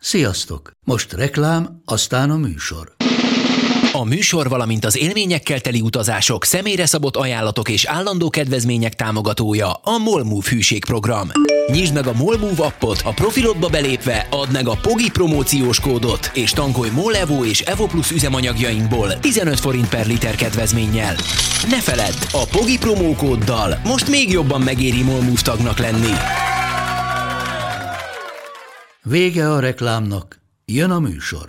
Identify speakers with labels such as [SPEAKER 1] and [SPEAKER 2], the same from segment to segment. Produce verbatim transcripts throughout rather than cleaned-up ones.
[SPEAKER 1] Sziasztok! Most reklám, aztán a műsor.
[SPEAKER 2] A műsor, valamint az élményekkel teli utazások, személyre szabott ajánlatok és állandó kedvezmények támogatója a MOLMOVE hűségprogram. Nyisd meg a MOLMOVE appot, a profilodba belépve add meg a Pogi promóciós kódot, és tankolj MOL Evo és Evo Plus üzemanyagjainkból tizenöt forint per liter kedvezménnyel. Ne feledd, a Pogi promókóddal most még jobban megéri MOLMOVE tagnak lenni.
[SPEAKER 1] Vége a reklámnak, jön a műsor.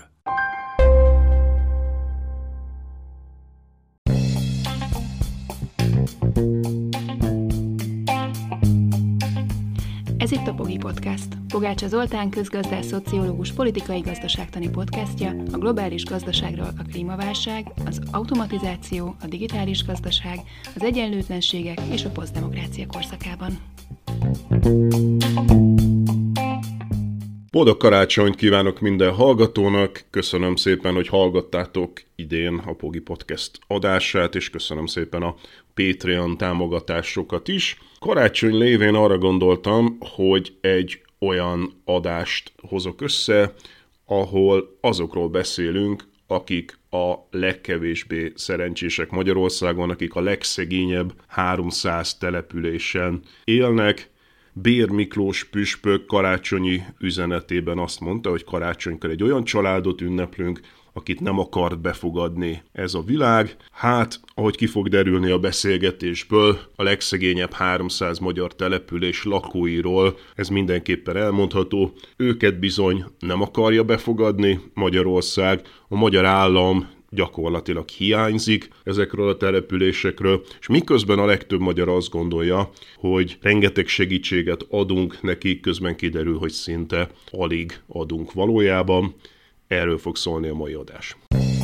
[SPEAKER 3] Ez itt a Pogi Podcast. Pogácsa Zoltán közgazdász, szociológus, politikai gazdaságtani podcastja a globális gazdaságról a klímaválság, az automatizáció, a digitális gazdaság, az egyenlőtlenségek és a posztdemokrácia korszakában.
[SPEAKER 4] Boldog karácsonyt kívánok minden hallgatónak, köszönöm szépen, hogy hallgattátok idén a Pogi Podcast adását, és köszönöm szépen a Patreon támogatásokat is. Karácsony lévén arra gondoltam, hogy egy olyan adást hozok össze, ahol azokról beszélünk, akik a legkevésbé szerencsések Magyarországon, akik a legszegényebb háromszáz településen élnek. Bér Miklós püspök karácsonyi üzenetében azt mondta, hogy karácsonykor egy olyan családot ünneplünk, akit nem akart befogadni ez a világ. Hát, ahogy ki fog derülni a beszélgetésből, a legszegényebb háromszáz magyar település lakóiról ez mindenképpen elmondható. Őket bizony nem akarja befogadni Magyarország, a magyar állam gyakorlatilag hiányzik ezekről a településekről, és miközben a legtöbb magyar azt gondolja, hogy rengeteg segítséget adunk nekik, közben kiderül, hogy szinte alig adunk valójában. Erről fog szólni a mai adás.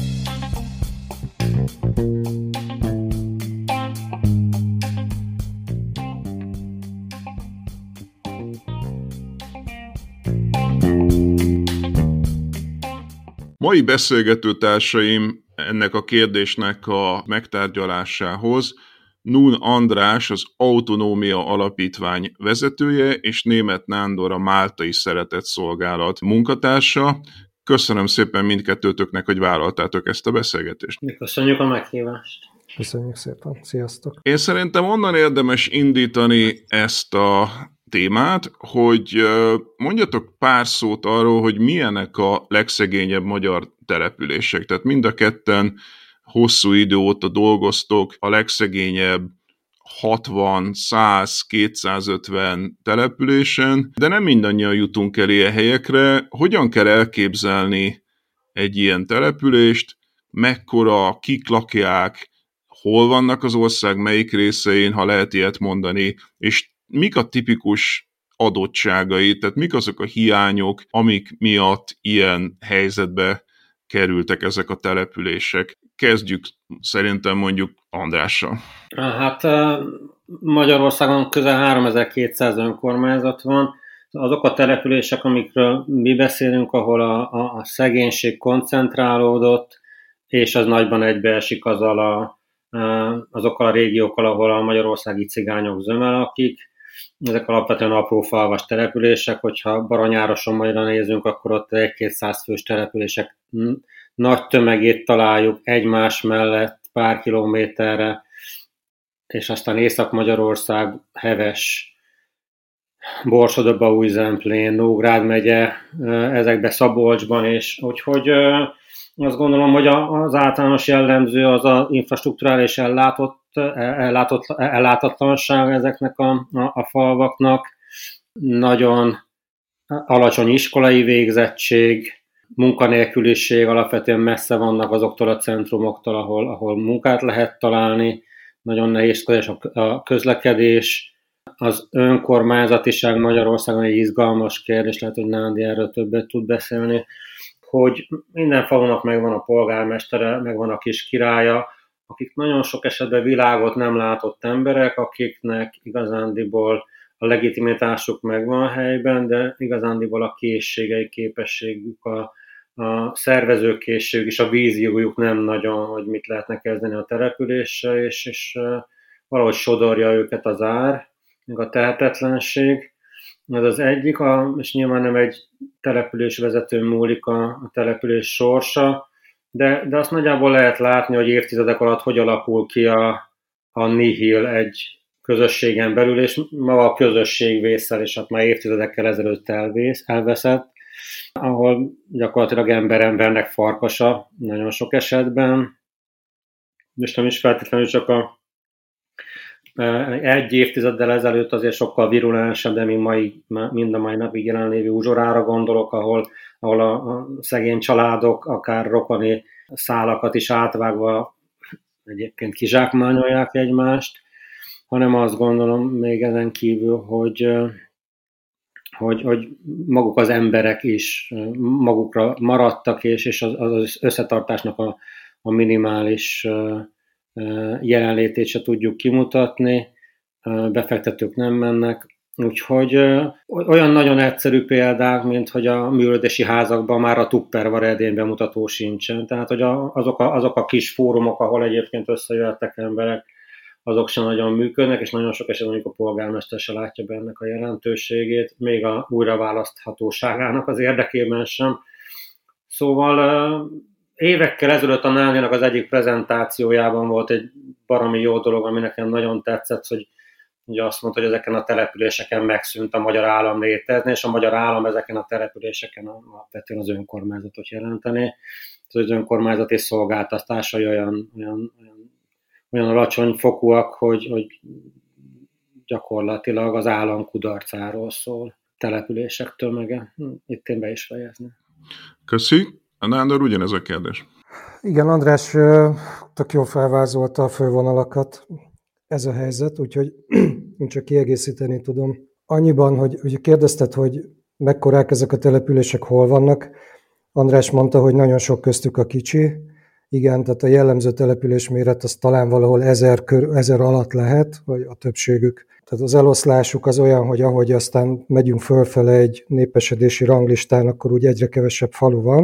[SPEAKER 4] Mai beszélgetőtársaim ennek a kérdésnek a megtárgyalásához Nun András, az Autonómia Alapítvány vezetője, és Németh Nándor, a Máltai Szeretetszolgálat munkatársa. Köszönöm szépen mindkettőtöknek, hogy vállaltátok ezt a beszélgetést.
[SPEAKER 5] Mi köszönjük a meghívást.
[SPEAKER 6] Köszönjük szépen. Sziasztok.
[SPEAKER 4] Én szerintem onnan érdemes indítani ezt a témát, hogy mondjatok pár szót arról, hogy milyenek a legszegényebb magyar települések. Tehát mind a ketten hosszú idő óta dolgoztok a legszegényebb hatvan, száz, kétszázötven településen, de nem mindannyian jutunk el ilyen helyekre. Hogyan kell elképzelni egy ilyen települést, mekkora, kik lakják, hol vannak az ország melyik részein, ha lehet ilyet mondani, és mik a tipikus adottságai, tehát mik azok a hiányok, amik miatt ilyen helyzetbe kerültek ezek a települések. Kezdjük szerintem mondjuk Andrással.
[SPEAKER 5] Hát Magyarországon közel háromezer-kétszáz önkormányzat van. Azok a települések, amikről mi beszélünk, ahol a, a, a szegénység koncentrálódott, és az nagyban egybeesik azzal a, azokkal a régiókkal, ahol a magyarországi cigányok zöme lakik. Ezek alapvetően apró falvas települések, hogyha Baranyároson magyarra nézünk, akkor ott egy-kétszáz fős települések nagy tömegét találjuk egymás mellett pár kilométerre, és aztán Észak-Magyarország, Heves, Borsod-Újzemplén, Nógrád megye, ezekbe Szabolcsban, és úgyhogy azt gondolom, hogy az általános jellemző az az infrastrukturális ellátott, ellátott, ellátatlanság ezeknek a, a, a falvaknak, nagyon alacsony iskolai végzettség, munkanélküliség, alapvetően messze vannak azoktól a centrumoktól, ahol, ahol munkát lehet találni, nagyon nehézkes a közlekedés, az önkormányzatiság Magyarországon egy izgalmas kérdés, lehet, hogy Nándi erről többet tud beszélni, hogy minden falunak megvan a polgármestere, megvan a kis királya, akik nagyon sok esetben világot nem látott emberek, akiknek igazándiból a legitimitásuk megvan a helyben, de igazándiból a készségei, képességük, a, a szervezőkészségük és a víziójuk nem nagyon, hogy mit lehetne kezdeni a településsel, és, és valahogy sodorja őket az ár, meg a tehetetlenség. Ez az egyik, a, és nyilván nem egy településvezetőn múlik a, a település sorsa, de, de azt nagyjából lehet látni, hogy évtizedek alatt hogy alakul ki a, a nihil egy közösségen belül, és maga a közösség vészel, és hát már évtizedekkel ezelőtt elvész, elveszett, ahol gyakorlatilag ember-embernek farkasa nagyon sok esetben, és nem is feltétlenül csak a egy évtizeddel ezelőtt azért sokkal virulánsabb, de mind, mai, mind a mai napig jelenlévő uzsorára gondolok, ahol, ahol a, a szegény családok akár rokoni szálakat is átvágva egyébként kizsákmányolják egymást, hanem azt gondolom még ezen kívül, hogy, hogy, hogy maguk az emberek is magukra maradtak, és, és az, az összetartásnak a, a minimális jelenlétét se tudjuk kimutatni, befektetők nem mennek, úgyhogy olyan nagyon egyszerű példák, mint hogy a művelődési házakban már a Tupperware edény bemutató sincsen, tehát hogy azok a, azok a kis fórumok, ahol egyébként összejöttek emberek, azok sem nagyon működnek, és nagyon sok esetben mondjuk a polgármester se látja be ennek a jelentőségét, még a újraválaszthatóságának az érdekében sem. Szóval évekkel ezelőtt a Nándjának az egyik prezentációjában volt egy baromi jó dolog, ami nekem nagyon tetszett, hogy ugye azt mondta, hogy ezeken a településeken megszűnt a magyar állam létezni, és a magyar állam ezeken a településeken alapvetően az önkormányzatot jelenteni. Az önkormányzati szolgáltatásai olyan, olyan, olyan, olyan alacsony fokúak, hogy, hogy gyakorlatilag az állam kudarcáról szól, települések tömege. Itt én be is fejezni.
[SPEAKER 4] Köszi. A Nándor ugyanez a kérdés.
[SPEAKER 6] Igen, András tök jól felvázolta a fővonalakat ez a helyzet, úgyhogy én csak kiegészíteni tudom. Annyiban, hogy ugye kérdezted, hogy mekkorák ezek a települések, hol vannak. András mondta, hogy nagyon sok köztük a kicsi. Igen, tehát a jellemző település méret az talán valahol ezer, kör, ezer alatt lehet, vagy a többségük. Tehát az eloszlásuk az olyan, hogy ahogy aztán megyünk fölfele egy népesedési ranglistán, akkor úgy egyre kevesebb falu van.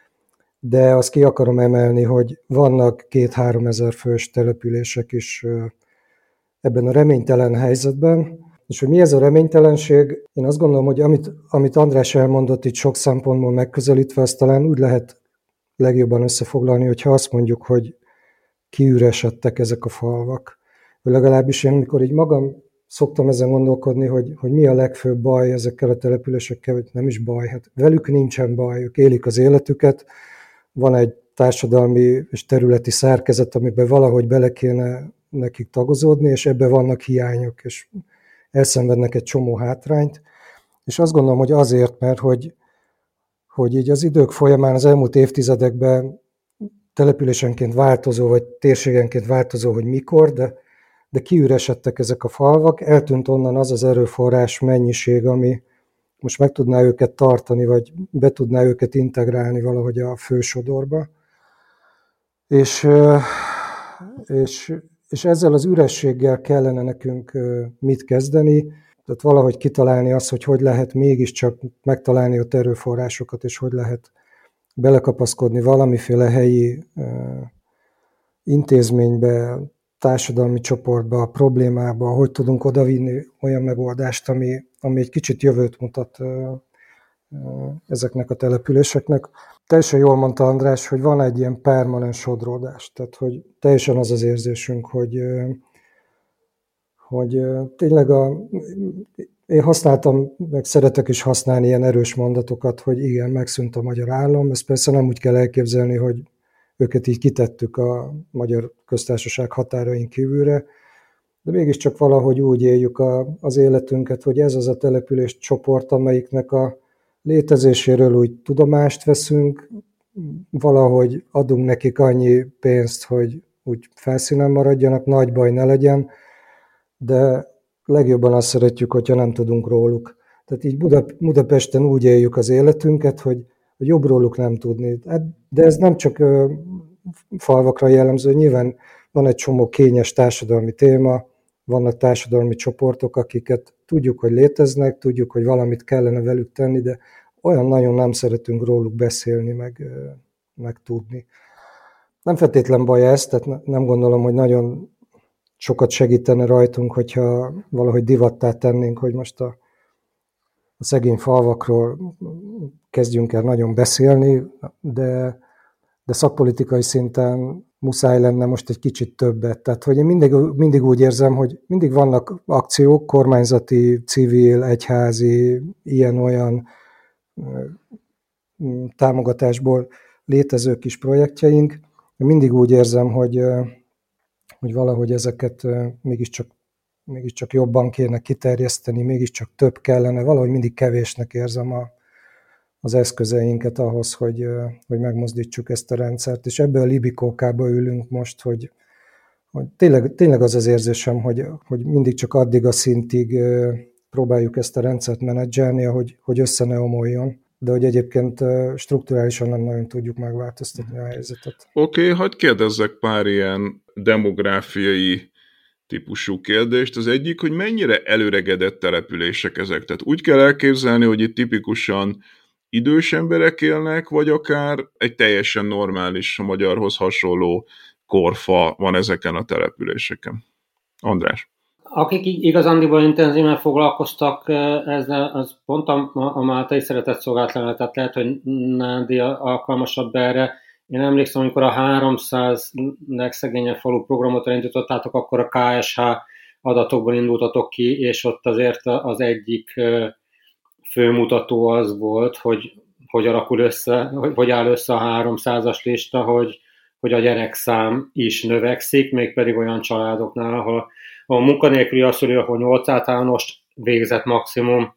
[SPEAKER 6] De azt ki akarom emelni, hogy vannak két-három ezer fős települések is ebben a reménytelen helyzetben. És hogy mi ez a reménytelenség? Én azt gondolom, hogy amit, amit András elmondott itt sok szempontból megközelítve, azt talán úgy lehet legjobban összefoglalni, hogyha azt mondjuk, hogy kiüresedtek ezek a falvak. Vagy legalábbis én, mikor így magam szoktam ezen gondolkodni, hogy, hogy mi a legfőbb baj ezekkel a településekkel, hogy nem is baj, hát velük nincsen baj, ők élik az életüket, van egy társadalmi és területi szerkezet, amiben valahogy bele kéne nekik tagozódni, és ebben vannak hiányok, és elszenvednek egy csomó hátrányt. És azt gondolom, hogy azért, mert hogy, hogy így az idők folyamán, az elmúlt évtizedekben településenként változó, vagy térségenként változó, hogy mikor, de, de kiüresedtek ezek a falvak, eltűnt onnan az az erőforrás mennyiség, ami most meg tudná őket tartani, vagy be tudná őket integrálni valahogy a fősodorba. És, és, és ezzel az ürességgel kellene nekünk mit kezdeni, tehát valahogy kitalálni azt, hogy hogy lehet mégiscsak megtalálni a erőforrásokat, és hogy lehet belekapaszkodni valamiféle helyi intézménybe, társadalmi csoportba, a problémába, hogy tudunk odavinni olyan megoldást, ami, ami egy kicsit jövőt mutat ezeknek a településeknek. Teljesen jól mondta András, hogy van egy ilyen permanens sodródás, tehát hogy teljesen az az érzésünk, hogy, hogy tényleg a, én használtam, meg szeretek is használni ilyen erős mondatokat, hogy igen, megszűnt a magyar állam, ezt persze nem úgy kell elképzelni, hogy őket így kitettük a Magyar Köztársaság határain kívülre, de mégiscsak valahogy úgy éljük a, az életünket, hogy ez az a település csoport, amelyiknek a létezéséről úgy tudomást veszünk, valahogy adunk nekik annyi pénzt, hogy úgy felszínen maradjanak, nagy baj ne legyen, de legjobban azt szeretjük, hogyha nem tudunk róluk. Tehát így Budapesten úgy éljük az életünket, hogy jobb róluk nem tudni. De ez nem csak falvakra jellemző, nyilván van egy csomó kényes társadalmi téma, vannak társadalmi csoportok, akiket tudjuk, hogy léteznek, tudjuk, hogy valamit kellene velük tenni, de olyan nagyon nem szeretünk róluk beszélni, meg, meg tudni. Nem feltétlen baj ez, tehát nem gondolom, hogy nagyon sokat segítene rajtunk, hogyha valahogy divattá tennénk, hogy most a, a szegény falvakról kezdjünk el nagyon beszélni, de, de szakpolitikai szinten muszáj lenne most egy kicsit többet. Tehát, hogy én mindig, mindig úgy érzem, hogy mindig vannak akciók, kormányzati, civil, egyházi, ilyen-olyan támogatásból létező kis projektjeink. Én mindig úgy érzem, hogy, hogy valahogy ezeket mégiscsak, mégiscsak jobban kéne kiterjeszteni, mégiscsak több kellene, valahogy mindig kevésnek érzem a, az eszközeinket ahhoz, hogy, hogy megmozdítsuk ezt a rendszert. És ebbe a libikókába ülünk most, hogy, hogy tényleg, tényleg az az érzésem, hogy, hogy mindig csak addig a szintig próbáljuk ezt a rendszert menedzselni, hogy, hogy össze ne omoljon, de hogy egyébként strukturálisan nem nagyon tudjuk megváltoztatni a helyzetet.
[SPEAKER 4] Oké, okay, hadd kérdezzek pár ilyen demográfiai típusú kérdést. Az egyik, hogy mennyire előregedett települések ezek. Tehát úgy kell elképzelni, hogy itt tipikusan idős emberek élnek, vagy akár egy teljesen normális, a magyarhoz hasonló korfa van ezeken a településeken. András?
[SPEAKER 5] Akik igazándiból intenzíven foglalkoztak ezzel, az pont a, a Máltai Szeretett Szolgálatlan, tehát lehet, hogy Nándi alkalmasabb erre. Én emlékszem, amikor a háromszáz legszegényebb falu programot elindítottátok, akkor a ká es há adatokból indultatok ki, és ott azért az egyik főmutató az volt, hogy hogy alakul össze, hogy, hogy áll össze a háromszázas lista, hogy, hogy a gyerekszám is növekszik, mégpedig olyan családoknál, ahol a munkanélküli a szülő, ahol nyolc általános végzett maximum,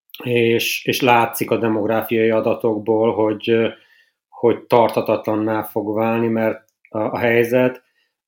[SPEAKER 5] és, és látszik a demográfiai adatokból, hogy, hogy tarthatatlanná fog válni, mert a, a helyzet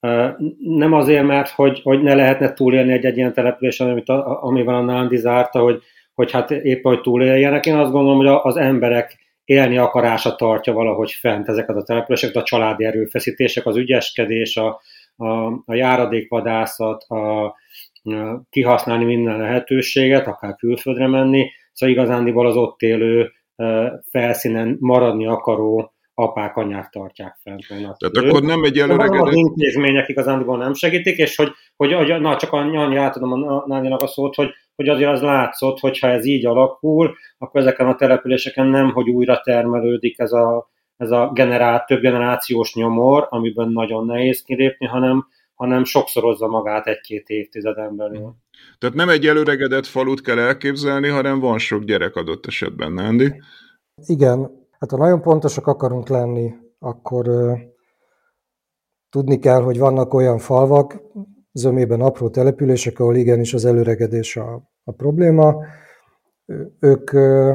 [SPEAKER 5] nem azért, mert hogy, hogy ne lehetne túlélni egy, egy ilyen településen, amit a, amivel a Nándi zárta, hogy, hogy hát éppen, hogy túléljenek. Én azt gondolom, hogy az emberek élni akarása tartja valahogy fent ezeket a településeket, a családi erőfeszítések, az ügyeskedés, a, a, a járadékvadászat, a, a kihasználni minden lehetőséget, akár külföldre menni, szóval igazándiból az ott élő felszínen maradni akaró apák, anyák tartják fent.
[SPEAKER 4] Tehát akkor nem egy előregedett...
[SPEAKER 5] Az intézmények igazándiból nem segítik, és hogy, hogy, hogy na, csak annyi átadom a Nádinak a szót, hogy, hogy azért az látszott, hogyha ez így alakul, akkor ezeken a településeken nem, hogy újra termelődik ez a, ez a generá, több generációs nyomor, amiben nagyon nehéz kilépni, hanem, hanem sokszorozza magát egy-két évtizeden belül.
[SPEAKER 4] Tehát nem egy előregedett falut kell elképzelni, hanem van sok gyerek adott esetben, Nándi?
[SPEAKER 6] Igen. Hát ha nagyon pontosak akarunk lenni, akkor uh, tudni kell, hogy vannak olyan falvak, zömében apró települések, ahol igenis az előregedés a, a probléma. Ők uh,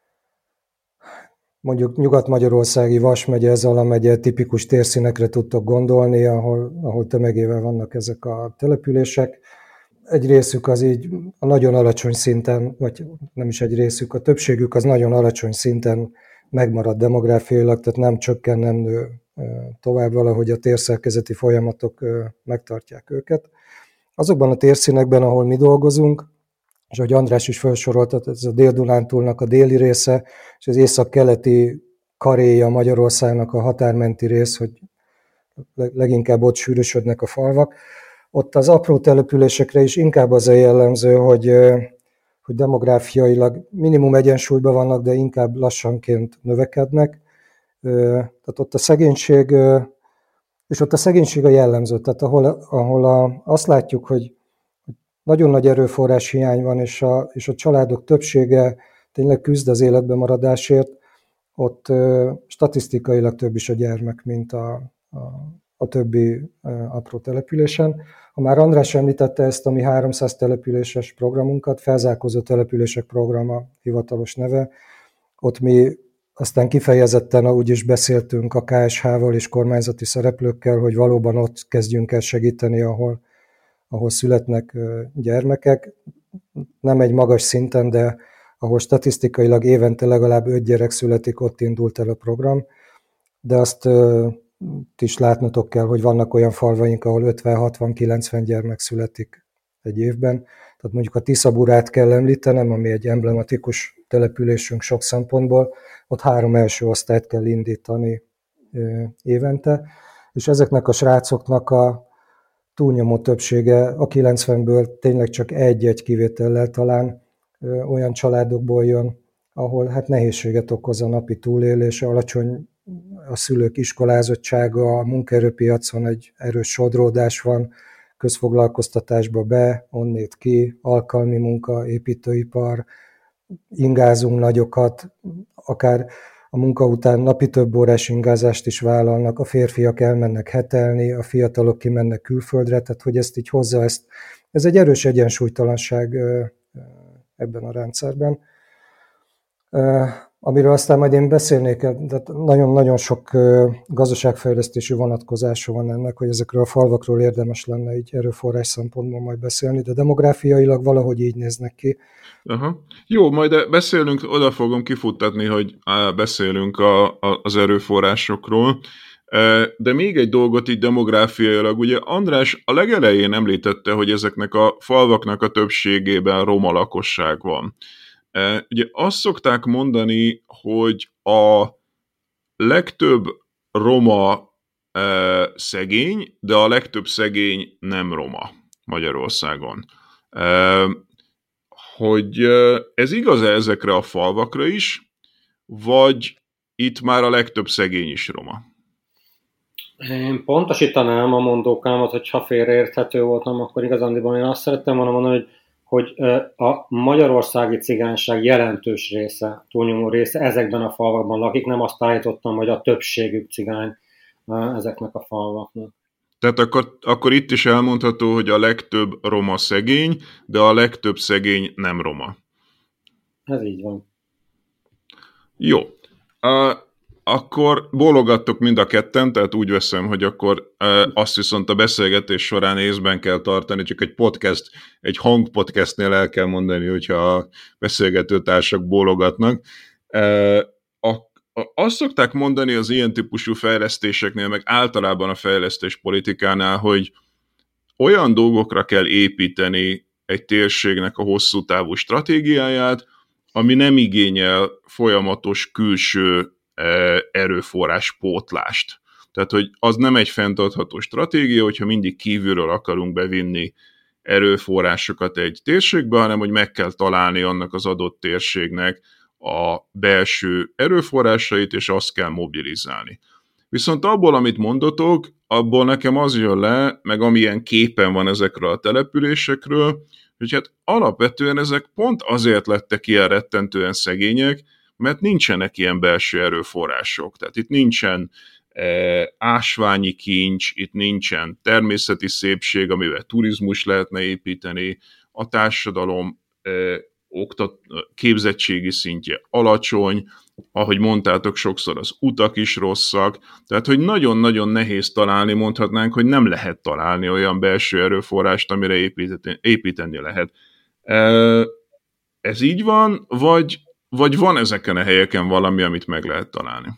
[SPEAKER 6] mondjuk Nyugat-Magyarországi Vas megye, Zala megye tipikus térszínekre tudtok gondolni, ahol, ahol tömegével vannak ezek a települések. Egy részük az így a nagyon alacsony szinten, vagy nem is egy részük, a többségük az nagyon alacsony szinten megmarad demográfiailag, tehát nem csökken, nem nő tovább, valahogy a térszerkezeti folyamatok megtartják őket. Azokban a térszínekben, ahol mi dolgozunk, és ahogy András is felsorolta, ez a Dél-Dunántúlnak a déli része, és az észak-keleti karéja Magyarországnak a határmenti rész, hogy leginkább ott sűrűsödnek a falvak. Ott az apró településekre is inkább az a jellemző, hogy hogy demográfiailag minimum egyensúlyban vannak, de inkább lassanként növekednek. Tehát ott a szegénység, és ott a szegénység a jellemző, tehát ahol, ahol a, azt látjuk, hogy nagyon nagy erőforrás hiány van, és a, és a családok többsége tényleg küzd az életbe maradásért, ott statisztikailag több is a gyermek, mint a, a, a többi apró településen. Ha már András említette ezt a mi háromszáz településes programunkat, Felzárkózó települések programa hivatalos neve, ott mi aztán kifejezetten úgy is beszéltünk a ká es há-val és kormányzati szereplőkkel, hogy valóban ott kezdjünk el segíteni, ahol, ahol születnek gyermekek. Nem egy magas szinten, de ahol statisztikailag évente legalább öt gyerek születik, ott indult el a program, de azt is látnotok kell, hogy vannak olyan falvaink, ahol ötven, hatvan, kilencven gyermek születik egy évben. Tehát mondjuk a Tiszaburát kell említenem, ami egy emblematikus településünk sok szempontból, ott három első osztályt kell indítani évente, és ezeknek a srácoknak a túlnyomó többsége, a kilencvenből tényleg csak egy-egy kivétellel talán olyan családokból jön, ahol hát nehézséget okoz a napi túlélés, alacsony a szülők iskolázottsága, a munkaerőpiacon egy erős sodródás van, közfoglalkoztatásba be, onnét ki, alkalmi munka, építőipar, ingázunk nagyokat, akár a munka után napi több órás ingázást is vállalnak, a férfiak elmennek hetelni, a fiatalok kimennek külföldre, tehát hogy ezt így hozza, ezt, ez egy erős egyensúlytalanság ebben a rendszerben. Amiről aztán majd én beszélnék, de nagyon-nagyon sok gazdaságfejlesztési vonatkozása van ennek, hogy ezekről a falvakról érdemes lenne így erőforrás szempontból majd beszélni, de demográfiailag valahogy így néznek ki.
[SPEAKER 4] Aha. Jó, majd beszélünk, oda fogom kifuttatni, hogy beszélünk a, a, az erőforrásokról, de még egy dolgot így demográfiailag, ugye András a legelején említette, hogy ezeknek a falvaknak a többségében roma lakosság van. Ugye azt szokták mondani, hogy a legtöbb roma e, szegény, de a legtöbb szegény nem roma Magyarországon. E, hogy ez igaz-e ezekre a falvakra is, vagy itt már a legtöbb szegény is roma?
[SPEAKER 5] Én pontosítanám a mondókámat, hogyha félreérthető voltam, akkor igazándiból én azt szerettem volna mondani, hogy hogy a magyarországi cigányság jelentős része, túlnyomó része ezekben a falvakban lakik, nem azt állítottam, hogy a többségük cigány ezeknek a falvaknak.
[SPEAKER 4] Tehát akkor, akkor itt is elmondható, hogy a legtöbb roma szegény, de a legtöbb szegény nem roma.
[SPEAKER 5] Ez így van.
[SPEAKER 4] Jó. Uh, akkor bólogattok mind a ketten, tehát úgy veszem, hogy akkor uh, azt viszont a beszélgetés során észben kell tartani, csak egy podcast, egy hangpodcastnél el kell mondani, hogyha a beszélgetőtársak bólogatnak. Uh, a, a, azt szokták mondani az ilyen típusú fejlesztéseknél, meg általában a fejlesztés politikánál, hogy olyan dolgokra kell építeni egy térségnek a hosszú távú stratégiáját, ami nem igényel folyamatos külső erőforrás pótlást. Tehát, hogy az nem egy fenntartható stratégia, hogyha mindig kívülről akarunk bevinni erőforrásokat egy térségbe, hanem hogy meg kell találni annak az adott térségnek a belső erőforrásait, és azt kell mobilizálni. Viszont abból, amit mondotok, abból nekem az jön le, meg amilyen képen van ezekről a településekről, hogy hát alapvetően ezek pont azért lettek ilyen rettentően szegények, mert nincsenek ilyen belső erőforrások. Tehát itt nincsen e, ásványi kincs, itt nincsen természeti szépség, amivel turizmus lehetne építeni, a társadalom e, oktat, képzettségi szintje alacsony, ahogy mondtátok, sokszor az utak is rosszak, tehát hogy nagyon-nagyon nehéz találni, mondhatnánk, hogy nem lehet találni olyan belső erőforrást, amire építeni, építeni lehet. E, ez így van, vagy Vagy van ezeken a helyeken valami, amit meg lehet találni?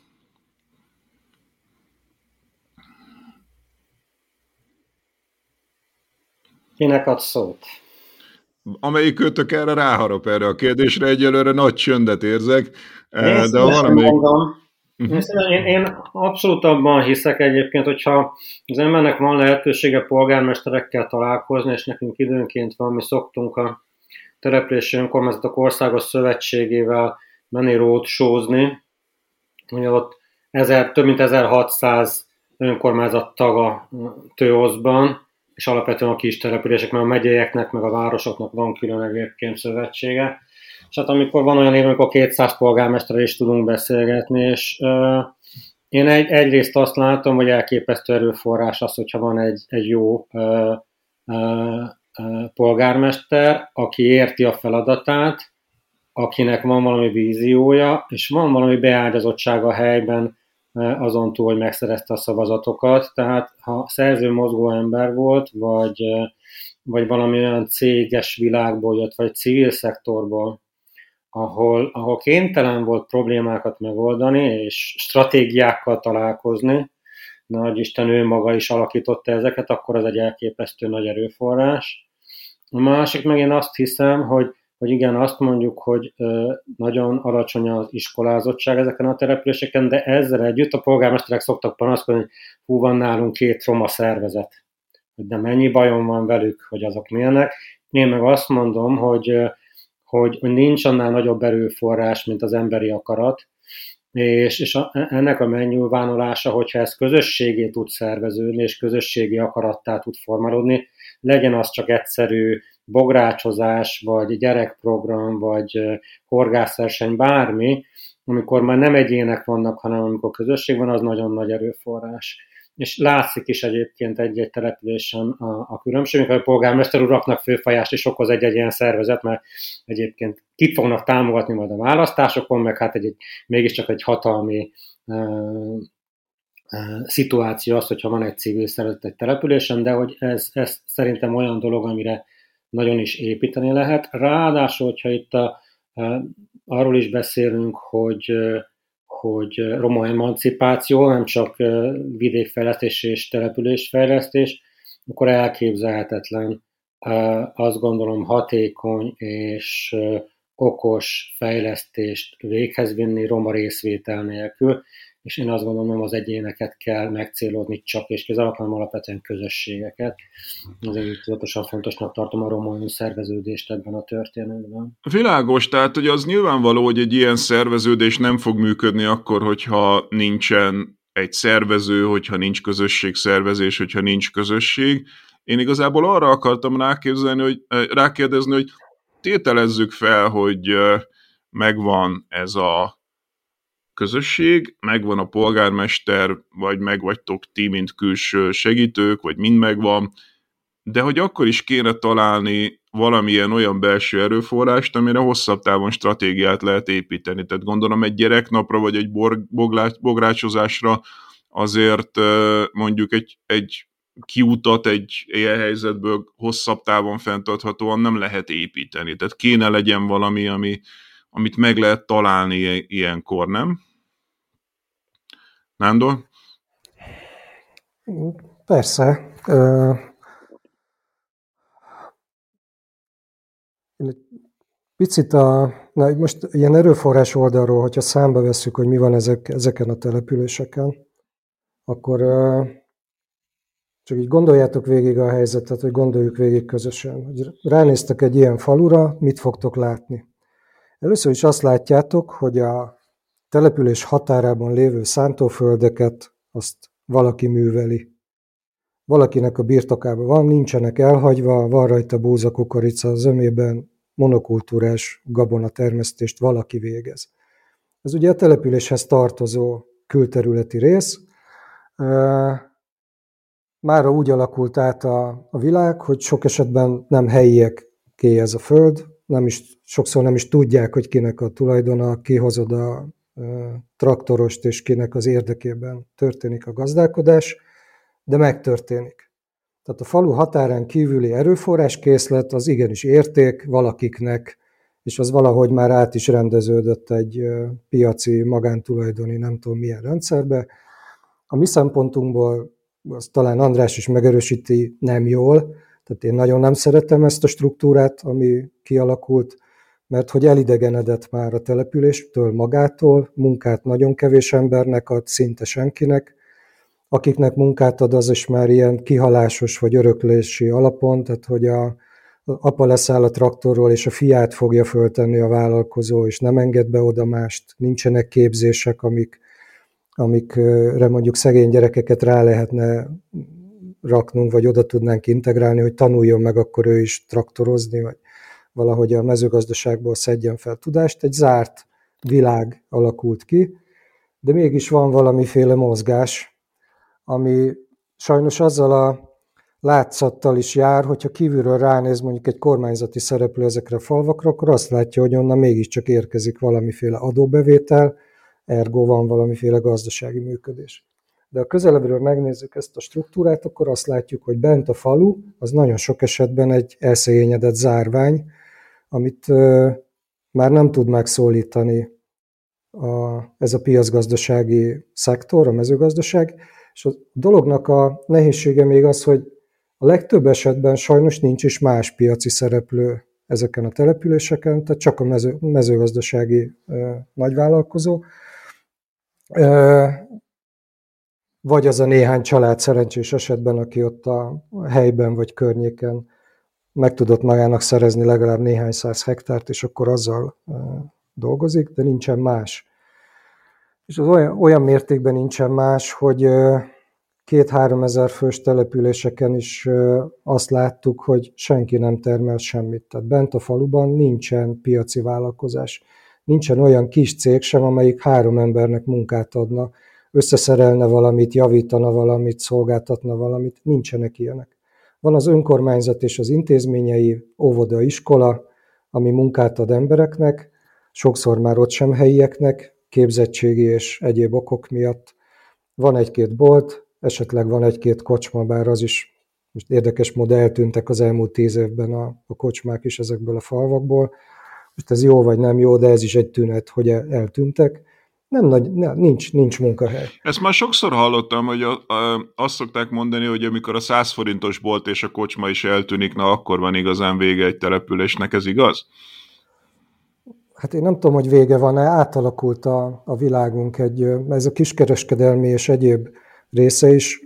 [SPEAKER 5] Kinek ad szót?
[SPEAKER 4] Amelyik őtök erre ráharap erre a kérdésre, egyelőre nagy csöndet érzek.
[SPEAKER 5] Én
[SPEAKER 4] de valamelyik... mondom.
[SPEAKER 5] Uh-huh. Én, én abszolút abban hiszek egyébként, hogyha az embernek van lehetősége polgármesterekkel találkozni, és nekünk időnként van, mi szoktunk a települési önkormányzatok országos szövetségével menni roadshow-zni, hogy ott ezer, több mint ezerhatszáz önkormányzat tag a Tőoszban, és alapvetően a kis települések, mert a megyeieknek, meg a városoknak van külön egyébként szövetsége. És hát amikor van olyan év, amikor kétszáz polgármesterrel is tudunk beszélgetni, és uh, én egy, egyrészt azt látom, hogy elképesztő erőforrás az, hogyha van egy, egy jó uh, uh, polgármester, aki érti a feladatát, akinek van valami víziója, és van valami beágyazottsága a helyben azon túl, hogy megszerezte a szavazatokat. Tehát ha szerző mozgó ember volt, vagy, vagy valami olyan céges világból jött, vagy civil szektorból, ahol, ahol kénytelen volt problémákat megoldani, és stratégiákkal találkozni, nagy Isten ő maga is alakította ezeket, akkor ez egy elképesztő nagy erőforrás. A másik meg én azt hiszem, hogy, hogy igen, azt mondjuk, hogy ö, nagyon alacsony az iskolázottság ezeken a településeken, de ezzel együtt a polgármesterek szoktak panaszkodni, hogy hú, van nálunk két roma szervezet. De mennyi bajom van velük, hogy azok milyenek. Én meg azt mondom, hogy, hogy nincs annál nagyobb erőforrás, mint az emberi akarat, és, és a, ennek a megnyilvánulása, hogyha ez közösségé tud szerveződni, és közösségi akarattá tud formálódni, legyen az csak egyszerű bográcsozás, vagy gyerekprogram, vagy horgászverseny, bármi, amikor már nem egyének vannak, hanem amikor közösség van, az nagyon nagy erőforrás. És látszik is egyébként egy-egy településen a, a különbség, amikor a polgármester uraknak főfajást is okoz egy-egy ilyen szervezet, mert egyébként kit fognak támogatni majd a választásokon, meg hát egy, egy, mégiscsak egy hatalmi uh, uh, szituáció az, hogyha van egy civil szervezet egy településen, de hogy ez, ez szerintem olyan dolog, amire nagyon is építeni lehet. Ráadásul, hogyha itt a, uh, arról is beszélünk, hogy uh, hogy roma emancipáció, nem csak vidékfejlesztés és településfejlesztés, akkor elképzelhetetlen, azt gondolom, hatékony és okos fejlesztést véghez vinni roma részvétel nélkül, és én azt gondolom, nem az egyéneket kell megcélozni csak és kizárólag, hanem alapvetően közösségeket. Azért tudatosan fontosnak tartom a roma szerveződést ebben a történetben.
[SPEAKER 4] Világos, tehát hogy az nyilvánvaló, hogy egy ilyen szerveződés nem fog működni akkor, hogyha nincsen egy szervező, hogyha nincs közösségszervezés, hogyha nincs közösség. Én igazából arra akartam ráképzelni, hogy, rákérdezni, hogy tételezzük fel, hogy megvan ez a közösség, megvan a polgármester, vagy meg vagytok ti, mint külső segítők, vagy mind megvan, de hogy akkor is kéne találni valamilyen olyan belső erőforrást, amire hosszabb távon stratégiát lehet építeni. Tehát gondolom egy gyereknapra, vagy egy bográcsozásra azért mondjuk egy, egy kiutat egy ilyen helyzetből hosszabb távon fenntarthatóan nem lehet építeni. Tehát kéne legyen valami, ami, amit meg lehet találni ilyenkor, nem? Nándor?
[SPEAKER 6] Persze. Ö... Picit a, na most ilyen erőforrás oldalról, hogyha számba vesszük, hogy mi van ezek, ezeken a településeken, akkor ö, csak így gondoljátok végig a helyzetet, hogy gondoljuk végig közösen. Hogy ránéztek egy ilyen falura, mit fogtok látni? Először is azt látjátok, hogy a település határában lévő szántóföldeket azt valaki műveli. Valakinek a birtokában van, nincsenek elhagyva, van rajta búza, kukorica, az ömében monokultúrás gabonatermesztést valaki végez. Ez ugye a településhez tartozó külterületi rész. Mára úgy alakult át a, a világ, hogy sok esetben nem helyieké ez a föld, nem is, sokszor nem is tudják, hogy kinek a tulajdona, ki hozod a traktorost, és kinek az érdekében történik a gazdálkodás, de megtörténik. Tehát a falu határán kívüli erőforráskészlet az igenis érték valakiknek, és az valahogy már át is rendeződött egy piaci, magántulajdoni, nem tudom milyen rendszerbe. A mi szempontunkból, azt talán András is megerősíti, nem jól, tehát én nagyon nem szeretem ezt a struktúrát, ami kialakult, mert hogy elidegenedett már a településtől magától, munkát nagyon kevés embernek ad, szinte senkinek, akiknek munkát ad, az is már ilyen kihalásos vagy öröklési alapon, tehát hogy a apa leszáll a traktorról, és a fiát fogja föltenni a vállalkozó, és nem enged be oda mást, nincsenek képzések, amik, amikre mondjuk szegény gyerekeket rá lehetne raknunk, vagy oda tudnánk integrálni, hogy tanuljon meg akkor ő is traktorozni, vagy valahogy a mezőgazdaságból szedjen fel tudást. Egy zárt világ alakult ki, de mégis van valamiféle mozgás, ami sajnos azzal a látszattal is jár, hogyha kívülről ránéz mondjuk egy kormányzati szereplő ezekre a falvakra, akkor azt látja, hogy onnan mégiscsak érkezik valamiféle adóbevétel, ergo van valamiféle gazdasági működés. De ha közelebbről megnézzük ezt a struktúrát, akkor azt látjuk, hogy bent a falu az nagyon sok esetben egy elszegényedett zárvány, amit uh, már nem tud megszólítani a, ez a piacgazdasági szektor, a mezőgazdaság, és a dolognak a nehézsége még az, hogy a legtöbb esetben sajnos nincs is más piaci szereplő ezeken a településeken, tehát csak a mező, mezőgazdasági uh, nagyvállalkozó, uh, vagy az a néhány család szerencsés esetben, aki ott a helyben vagy környéken meg tudott magának szerezni legalább néhány száz hektárt, és akkor azzal dolgozik, de nincsen más. És az olyan, olyan mértékben nincsen más, hogy két-három ezer fős településeken is azt láttuk, hogy senki nem termel semmit. Tehát bent a faluban nincsen piaci vállalkozás. Nincsen olyan kis cég sem, amelyik három embernek munkát adna, összeszerelne valamit, javítana valamit, szolgáltatna valamit. Nincsenek ilyenek. Van az önkormányzat és az intézményei, óvoda, iskola, ami munkát ad embereknek, sokszor már ott sem helyieknek, képzettségi és egyéb okok miatt. Van egy-két bolt, esetleg van egy-két kocsma, bár az is most érdekes módon eltűntek az elmúlt tíz évben a, a kocsmák is ezekből a falvakból. Most ez jó vagy nem jó, de ez is egy tünet, hogy eltűntek. Nem nagy, nem, nincs, nincs munkahely.
[SPEAKER 4] Ezt már sokszor hallottam, hogy a, a, azt szokták mondani, hogy amikor a száz forintos bolt és a kocsma is eltűnik, na akkor van igazán vége egy településnek, ez igaz?
[SPEAKER 6] Hát én nem tudom, hogy vége van-e, átalakult a, a világunk egy, ez a kiskereskedelmi és egyéb része is.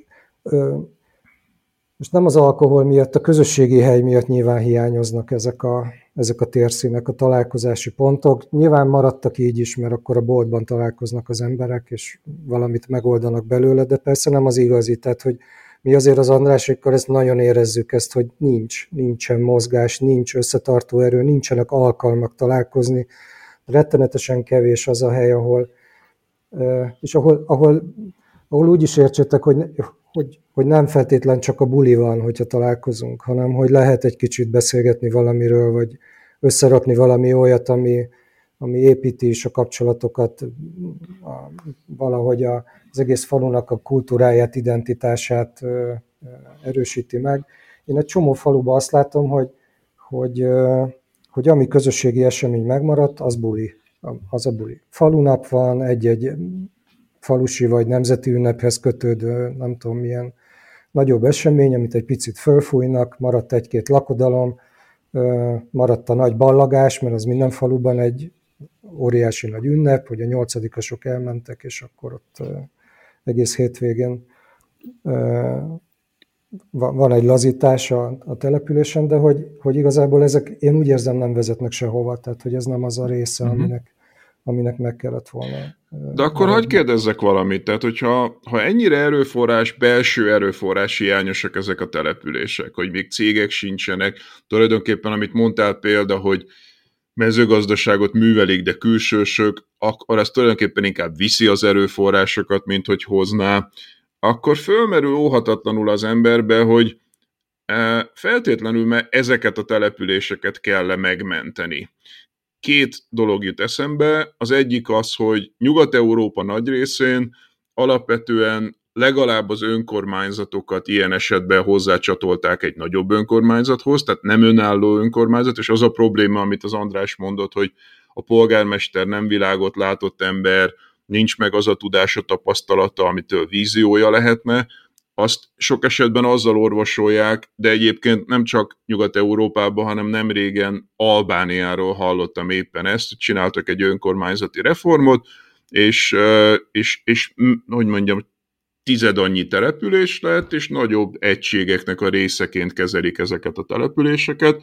[SPEAKER 6] Most nem az alkohol miatt, a közösségi hely miatt nyilván hiányoznak ezek a, ezek a térszínek, a találkozási pontok. Nyilván maradtak így is, mert akkor a boltban találkoznak az emberek, és valamit megoldanak belőle, de persze nem az igazi. Tehát, hogy mi azért az Andrásékkal ezt nagyon érezzük ezt, hogy nincs, nincsen mozgás, nincs összetartó erő, nincsenek alkalmak találkozni. Rettenetesen kevés az a hely, ahol, és ahol, ahol, ahol úgy is értsétek, hogy, hogy, hogy nem feltétlen csak a buli van, hogyha találkozunk, hanem hogy lehet egy kicsit beszélgetni valamiről, vagy összerakni valami olyat, ami, ami építi is a kapcsolatokat, a, valahogy a, az egész falunak a kultúráját, identitását ö, ö, erősíti meg. Én egy csomó faluban azt látom, hogy, hogy, ö, hogy ami közösségi esemény megmaradt, az buli, az a buli. Falunap van, egy-egy falusi vagy nemzeti ünnephez kötődő, nem tudom milyen nagyobb esemény, amit egy picit fölfújnak, maradt egy-két lakodalom, maradt a nagy ballagás, mert az minden faluban egy óriási nagy ünnep, hogy a nyolcadikasok elmentek, és akkor ott egész hétvégén van egy lazítás a, a településen, de hogy, hogy igazából ezek, én úgy érzem, nem vezetnek sehova, tehát hogy ez nem az a része, uh-huh. aminek, aminek meg kellett volna.
[SPEAKER 4] De akkor hadd kérdezzek valamit, tehát hogyha ha ennyire erőforrás, belső erőforrás hiányosak ezek a települések, hogy még cégek sincsenek, tulajdonképpen amit mondtál példa, hogy mezőgazdaságot művelik, de külsősök, akkor ez tulajdonképpen inkább viszi az erőforrásokat, mint hogy hozná, akkor fölmerül óhatatlanul az emberbe, hogy feltétlenül mert ezeket a településeket kell megmenteni. Két dolog jut eszembe, az egyik az, hogy Nyugat-Európa nagy részén alapvetően legalább az önkormányzatokat ilyen esetben hozzácsatolták egy nagyobb önkormányzathoz, tehát nem önálló önkormányzat, és az a probléma, amit az András mondott, hogy a polgármester nem világot látott ember, nincs meg az a tudása, tapasztalata, amitől víziója lehetne, azt sok esetben azzal orvosolják, de egyébként nem csak Nyugat-Európában, hanem nem régen Albániáról hallottam éppen ezt, hogy csináltak egy önkormányzati reformot, és, és, és hogy mondjam, tized annyi település lett, és nagyobb egységeknek a részeként kezelik ezeket a településeket.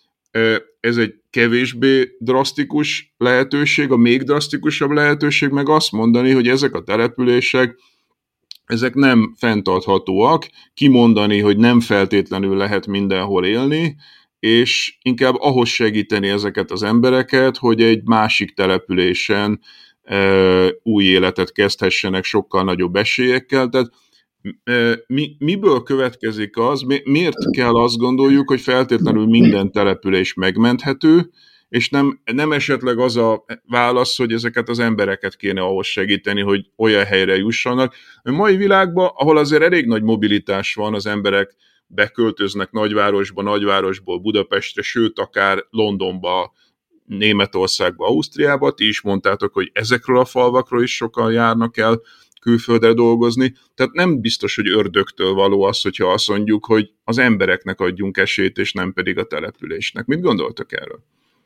[SPEAKER 4] Ez egy kevésbé drasztikus lehetőség, a még drasztikusabb lehetőség meg azt mondani, hogy ezek a települések, ezek nem fenntarthatóak, kimondani, hogy nem feltétlenül lehet mindenhol élni, és inkább ahhoz segíteni ezeket az embereket, hogy egy másik településen e, új életet kezdhessenek sokkal nagyobb esélyekkel. Tehát e, mi, miből következik az, mi, miért kell azt gondoljuk, hogy feltétlenül minden település megmenthető, és nem, nem esetleg az a válasz, hogy ezeket az embereket kéne ahhoz segíteni, hogy olyan helyre jussanak. A mai világban, ahol azért elég nagy mobilitás van, az emberek beköltöznek nagyvárosba, nagyvárosból Budapestre, sőt, akár Londonba, Németországba, Ausztriába. Ti is mondtátok, hogy ezekről a falvakról is sokan járnak el külföldre dolgozni. Tehát nem biztos, hogy ördögtől való az, hogyha azt mondjuk, hogy az embereknek adjunk esélyt, és nem pedig a településnek. Mit gondoltok erről?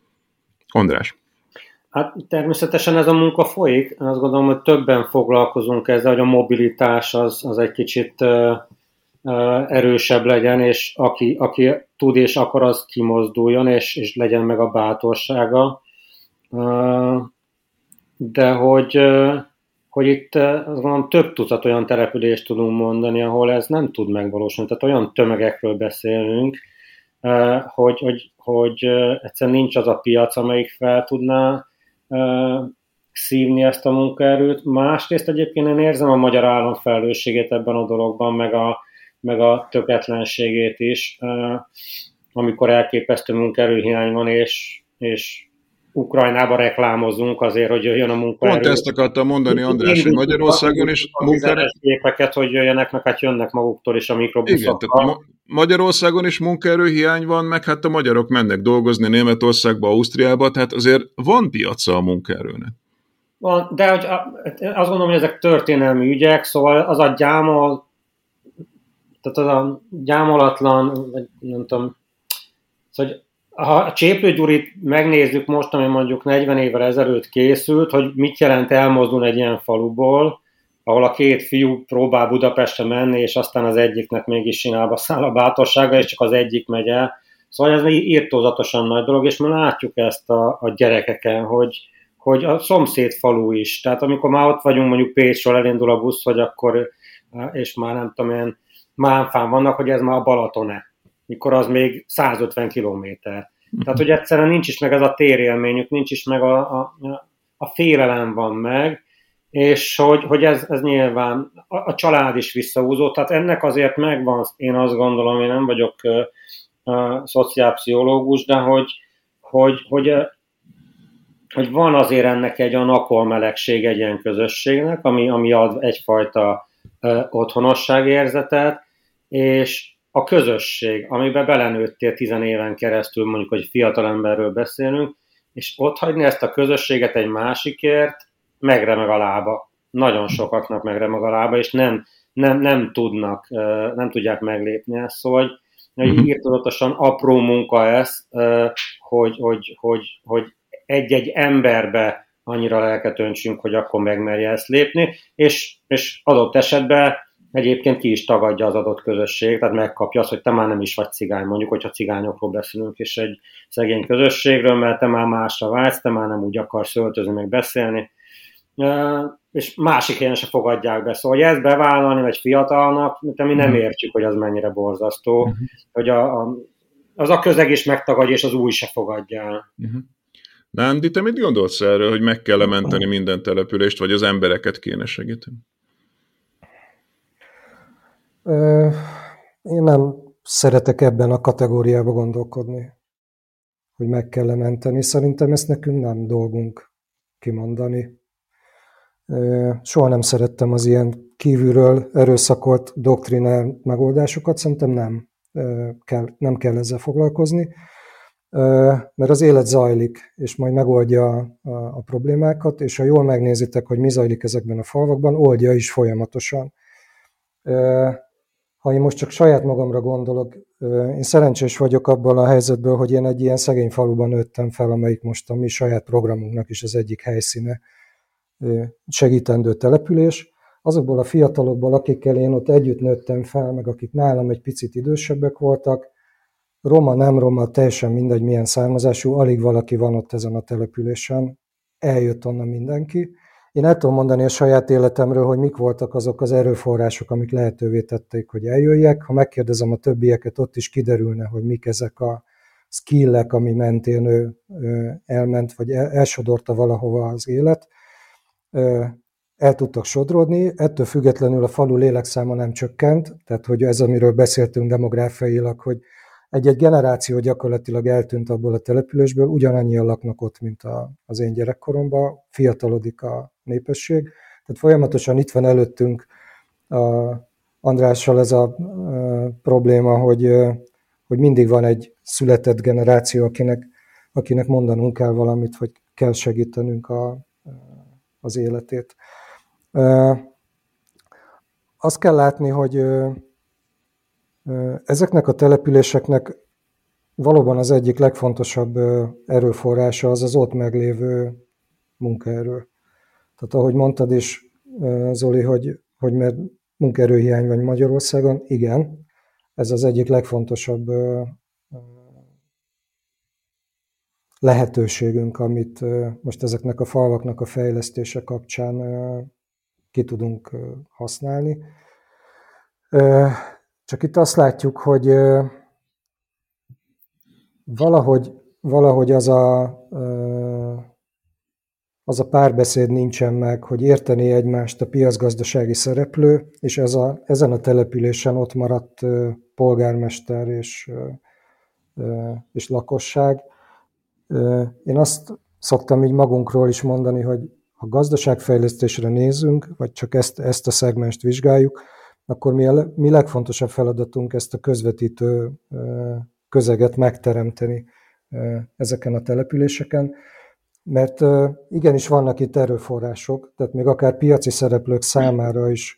[SPEAKER 4] András.
[SPEAKER 5] Hát természetesen ez a munka folyik. Azt gondolom, hogy többen foglalkozunk ezzel, hogy a mobilitás az, az egy kicsit uh, uh, erősebb legyen, és aki, aki tud és akar, az kimozduljon, és, és legyen meg a bátorsága. De hogy, hogy itt azt gondolom, több tucat olyan települést tudunk mondani, ahol ez nem tud megvalósulni. Tehát olyan tömegekről beszélünk, hogy, hogy, hogy egyszerűen nincs az a piac, amelyik fel tudná szívni ezt a munkaerőt. Másrészt egyébként én érzem a magyar állam felelősségét ebben a dologban, meg a, meg a tökéletlenségét is, amikor elképesztő munkaerőhiány van, és, és Ukrajnába reklámozunk azért, hogy jöjjön a munkaerő.
[SPEAKER 4] Pont ezt akartam mondani, András, hogy Magyarországon is
[SPEAKER 5] munkaerő... Gépeket, hogy jöjjenek, meg hát jönnek maguktól is a mikrobuszokkal.
[SPEAKER 4] Igen, tehát Ma- Magyarországon is munkaerőhiány van, meg hát a magyarok mennek dolgozni Németországba, Ausztriába, tehát azért van piaca a munkaerőnek.
[SPEAKER 5] Van, de hogy azt gondolom, hogy ezek történelmi ügyek, szóval az a gyámol, tehát az a gyámolatlan, vagy nem tudom, szóval ha a Cséplő Gyurit megnézzük most, ami mondjuk negyven évvel ezelőtt készült, hogy mit jelent elmozdulni egy ilyen faluból, ahol a két fiú próbál Budapestre menni, és aztán az egyiknek mégis sinálba száll a bátorsága, és csak az egyik megy el. Szóval ez írtózatosan nagy dolog, és mi látjuk ezt a, a gyerekeken, hogy, hogy a szomszéd falu is. Tehát amikor már ott vagyunk, mondjuk Pécsről elindul a busz, hogy akkor, és már nem tudom én, Mánfán vannak, hogy ez már a Balaton-e, mikor az még százötven kilométer. Tehát, hogy egyszerűen nincs is meg ez a térélményük, nincs is meg a, a, a félelem van meg, és hogy, hogy ez, ez nyilván a, a család is visszahúzó, tehát ennek azért megvan, én azt gondolom, én nem vagyok uh, uh, szociálpszichológus, de hogy, hogy, hogy, uh, hogy van azért ennek egy a nakolmelegség egy ilyen közösségnek, ami, ami ad egyfajta uh, otthonosságérzetet, és a közösség, amiben belenőttél tizen éven keresztül, mondjuk, hogy fiatalemberről beszélünk, és ott hagyni ezt a közösséget egy másikért, megremeg a lába. Nagyon sokaknak megremeg a lába, és nem, nem, nem tudnak, nem tudják meglépni ezt. Szóval, hogy írtózatosan apró munka ez, hogy, hogy, hogy, hogy egy-egy emberbe annyira lelket öntsünk, hogy akkor megmerje ezt lépni, és, és adott esetben egyébként ki is tagadja az adott közösség, tehát megkapja azt, hogy te már nem is vagy cigány, mondjuk, hogyha cigányokról beszélünk, és egy szegény közösségről, mert te már másra vágysz, te már nem úgy akarsz öltözni, meg beszélni, és másik helyen se fogadják be. Szóval, hogy ezt bevállalni egy fiatalnak, de mi nem értjük, hogy az mennyire borzasztó, uh-huh. hogy a, a, az a közeg is megtagadja, és az új se fogadja el.
[SPEAKER 4] Uh-huh. Nándi, te mit gondolsz erről, hogy meg kell menteni minden települést, vagy az embereket kéne segíteni?
[SPEAKER 6] Én nem szeretek ebben a kategóriába gondolkodni, hogy meg kell menteni. Szerintem ezt nekünk nem dolgunk kimondani. Soha nem szerettem az ilyen kívülről erőszakolt doktrinál megoldásokat, szerintem nem kell, nem kell ezzel foglalkozni, mert az élet zajlik, és majd megoldja a, a, a problémákat, és ha jól megnézitek, hogy mi zajlik ezekben a falvakban, oldja is folyamatosan. Ha én most csak saját magamra gondolok, én szerencsés vagyok abban a helyzetből, hogy én egy ilyen szegény faluban nőttem fel, amelyik most a mi saját programunknak is az egyik helyszíne, segítendő település. Azokból a fiatalokból, akikkel én ott együtt nőttem fel, meg akik nálam egy picit idősebbek voltak, roma, nem roma, teljesen mindegy milyen származású, alig valaki van ott ezen a településen, eljött onnan mindenki. Én el tudom mondani a saját életemről, hogy mik voltak azok az erőforrások, amik lehetővé tették, hogy eljöjjek. Ha megkérdezem a többieket, ott is kiderülne, hogy mik ezek a skillek, ami mentén ő elment, vagy elsodorta valahova az élet. El tudtak sodródni, ettől függetlenül a falu lélekszáma nem csökkent, tehát hogy ez, amiről beszéltünk demográfiailag, hogy egy-egy generáció gyakorlatilag eltűnt abból a településből, ugyanannyian laknak ott, mint a, az én gyerekkoromban, fiatalodik a népesség. Tehát folyamatosan itt van előttünk a Andrással ez a, a probléma, hogy, hogy mindig van egy született generáció, akinek, akinek mondanunk kell valamit, vagy kell segítenünk a, az életét. Azt kell látni, hogy ezeknek a településeknek valóban az egyik legfontosabb erőforrása az az ott meglévő munkaerő. Tehát ahogy mondtad is, Zoli, hogy, hogy mert munkaerőhiány van Magyarországon, igen, ez az egyik legfontosabb lehetőségünk, amit most ezeknek a falvaknak a fejlesztése kapcsán ki tudunk használni. Csak itt azt látjuk, hogy valahogy, valahogy az a, az a párbeszéd nincsen meg, hogy érteni egymást a piacgazdasági szereplő, és ez a, ezen a településen ott maradt polgármester és, és lakosság. Én azt szoktam így magunkról is mondani, hogy ha gazdaságfejlesztésre nézünk, vagy csak ezt, ezt a szegmenst vizsgáljuk, akkor mi, a, mi legfontosabb feladatunk ezt a közvetítő közeget megteremteni ezeken a településeken, mert igenis vannak itt erőforrások, tehát még akár piaci szereplők számára is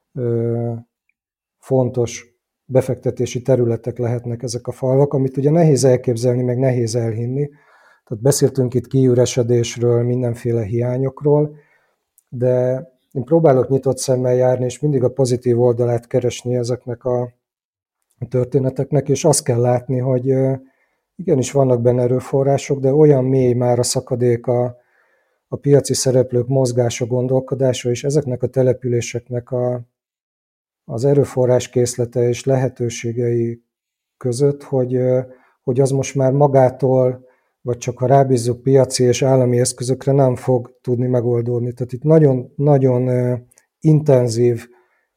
[SPEAKER 6] fontos befektetési területek lehetnek ezek a falvak, amit ugye nehéz elképzelni, meg nehéz elhinni. Tehát beszéltünk itt kiüresedésről, mindenféle hiányokról, de én próbálok nyitott szemmel járni, és mindig a pozitív oldalát keresni ezeknek a történeteknek, és azt kell látni, hogy igenis vannak benne erőforrások, de olyan mély már a szakadék a, a piaci szereplők mozgása, gondolkodása, és ezeknek a településeknek a, az erőforrás készlete és lehetőségei között, hogy, hogy az most már magától, vagy csak ha rábízzuk piaci és állami eszközökre, nem fog tudni megoldódni. Tehát itt nagyon, nagyon intenzív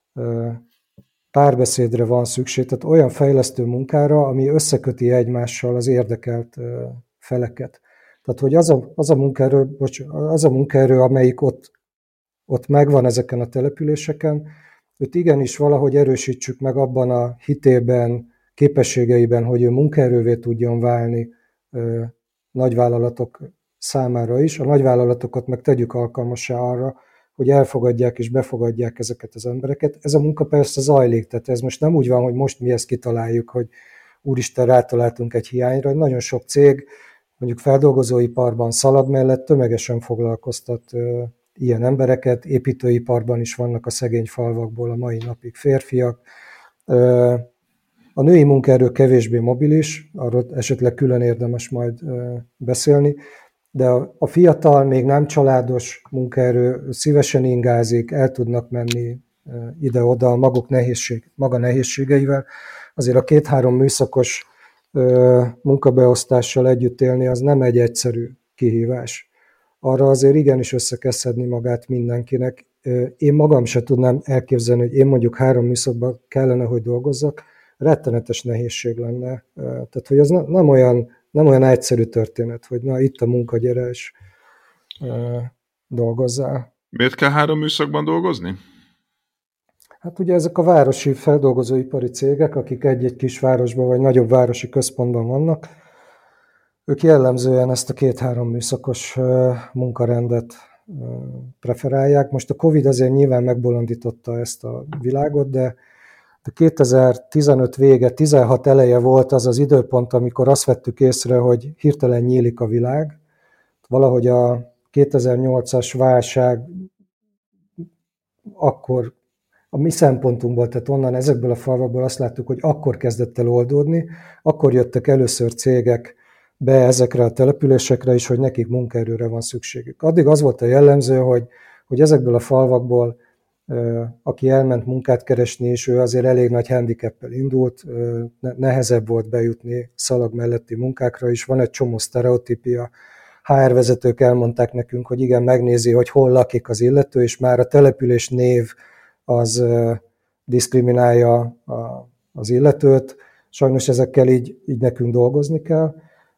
[SPEAKER 6] párbeszédre van szükség, tehát olyan fejlesztő munkára, ami összeköti egymással az érdekelt feleket. Tehát, hogy az a, az a munkaerő, bocs, az a munkaerő, amelyik ott, ott megvan ezeken a településeken, őt igenis valahogy erősítsük meg abban a hitében, képességeiben, hogy ő munkaerővé tudjon válni ö, nagyvállalatok számára is. A nagyvállalatokat meg tegyük alkalmassá arra, hogy elfogadják és befogadják ezeket az embereket. Ez a munka persze zajlik, tehát ez most nem úgy van, hogy most mi ezt kitaláljuk, hogy úristen, rátaláltunk egy hiányra. Nagyon sok cég, mondjuk feldolgozóiparban, szalag mellett tömegesen foglalkoztat ö, ilyen embereket, építőiparban is vannak a szegény falvakból a mai napig férfiak. Ö, A női munkaerő kevésbé mobilis, arról esetleg külön érdemes majd beszélni, de a fiatal, még nem családos munkaerő szívesen ingázik, el tudnak menni ide-oda a maguk nehézség, maga nehézségeivel. Azért a két-három műszakos munkabeosztással együtt élni az nem egy egyszerű kihívás. Arra azért igenis össze kell szedni magát mindenkinek. Én magam se tudnám elképzelni, hogy én mondjuk három műszakban kellene, hogy dolgozzak, rettenetes nehézség lenne. Tehát, hogy az nem olyan, nem olyan egyszerű történet, hogy na, itt a munka, gyere és e, dolgozzál.
[SPEAKER 4] Miért kell három műszakban dolgozni?
[SPEAKER 6] Hát ugye ezek a városi feldolgozóipari cégek, akik egy-egy kisvárosban vagy nagyobb városi központban vannak, ők jellemzően ezt a két-három műszakos munkarendet preferálják. Most a Covid azért nyilván megbolondította ezt a világot, de kétezer-tizenöt vége, tizenhat eleje volt az az időpont, amikor azt vettük észre, hogy hirtelen nyílik a világ. Valahogy a kétezer-nyolcas válság akkor a mi szempontunkból, tehát onnan ezekből a falvakból azt láttuk, hogy akkor kezdett el oldódni, akkor jöttek először cégek be ezekre a településekre is, hogy nekik munkaerőre van szükségük. Addig az volt a jellemző, hogy, hogy ezekből a falvakból aki elment munkát keresni, és ő azért elég nagy handicappel indult, nehezebb volt bejutni szalag melletti munkákra is. Van egy csomó sztereotípia. há er vezetők elmondták nekünk, hogy igen, megnézi, hogy hol lakik az illető, és már a település név az diszkriminálja az illetőt. Sajnos ezekkel így, így nekünk dolgozni kell.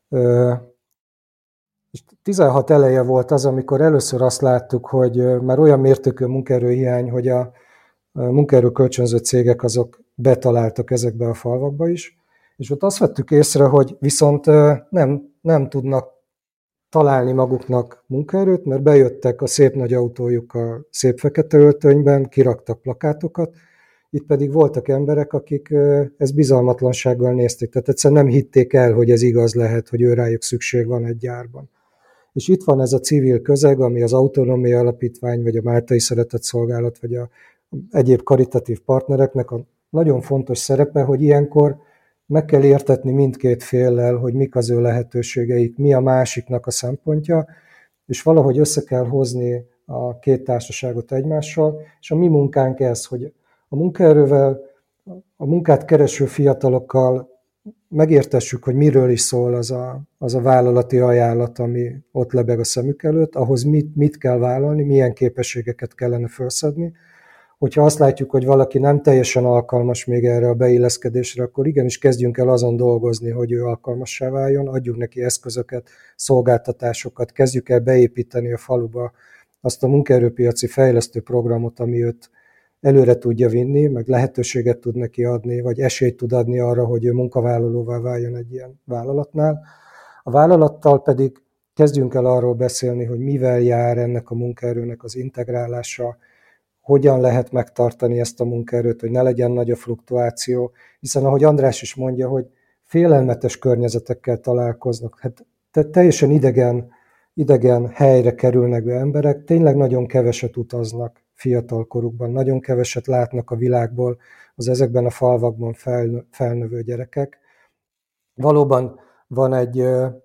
[SPEAKER 6] tizenhat eleje volt az, amikor először azt láttuk, hogy már olyan mértékű munkaerőhiány, hogy a munkaerőkölcsönző cégek azok betaláltak ezekbe a falvakba is, és ott azt vettük észre, hogy viszont nem, nem tudnak találni maguknak munkaerőt, mert bejöttek a szép nagy autójukkal szép fekete öltönyben, kiraktak plakátokat, itt pedig voltak emberek, akik ezt bizalmatlansággal nézték, tehát egyszerűen nem hitték el, hogy ez igaz lehet, hogy őrájuk szükség van egy gyárban. És itt van ez a civil közeg, ami az Autonómia Alapítvány, vagy a Máltai Szeretetszolgálat, vagy a egyéb karitatív partnereknek a nagyon fontos szerepe, hogy ilyenkor meg kell értetni mindkét féllel, hogy mik az ő lehetőségeik, mi a másiknak a szempontja, és valahogy össze kell hozni a két társaságot egymással, és a mi munkánk ez, hogy a munkaerővel, a munkát kereső fiatalokkal megértessük, hogy miről is szól az a, az a vállalati ajánlat, ami ott lebeg a szemük előtt, ahhoz mit, mit kell vállalni, milyen képességeket kellene felszedni. Hogyha azt látjuk, hogy valaki nem teljesen alkalmas még erre a beilleszkedésre, akkor igenis kezdjünk el azon dolgozni, hogy ő alkalmassá váljon, adjunk neki eszközöket, szolgáltatásokat, kezdjük el beépíteni a faluba azt a munkaerőpiaci fejlesztő programot, ami őt előre tudja vinni, meg lehetőséget tud neki adni, vagy esélyt tud adni arra, hogy ő munkavállalóvá váljon egy ilyen vállalatnál. A vállalattal pedig kezdjünk el arról beszélni, hogy mivel jár ennek a munkaerőnek az integrálása, hogyan lehet megtartani ezt a munkaerőt, hogy ne legyen nagy a fluktuáció, hiszen ahogy András is mondja, hogy félelmetes környezetekkel találkoznak, hát teljesen idegen, idegen helyre kerülnek be emberek, tényleg nagyon keveset utaznak fiatal korukban, nagyon keveset látnak a világból az ezekben a falvakban felnövő gyerekek. Valóban van egy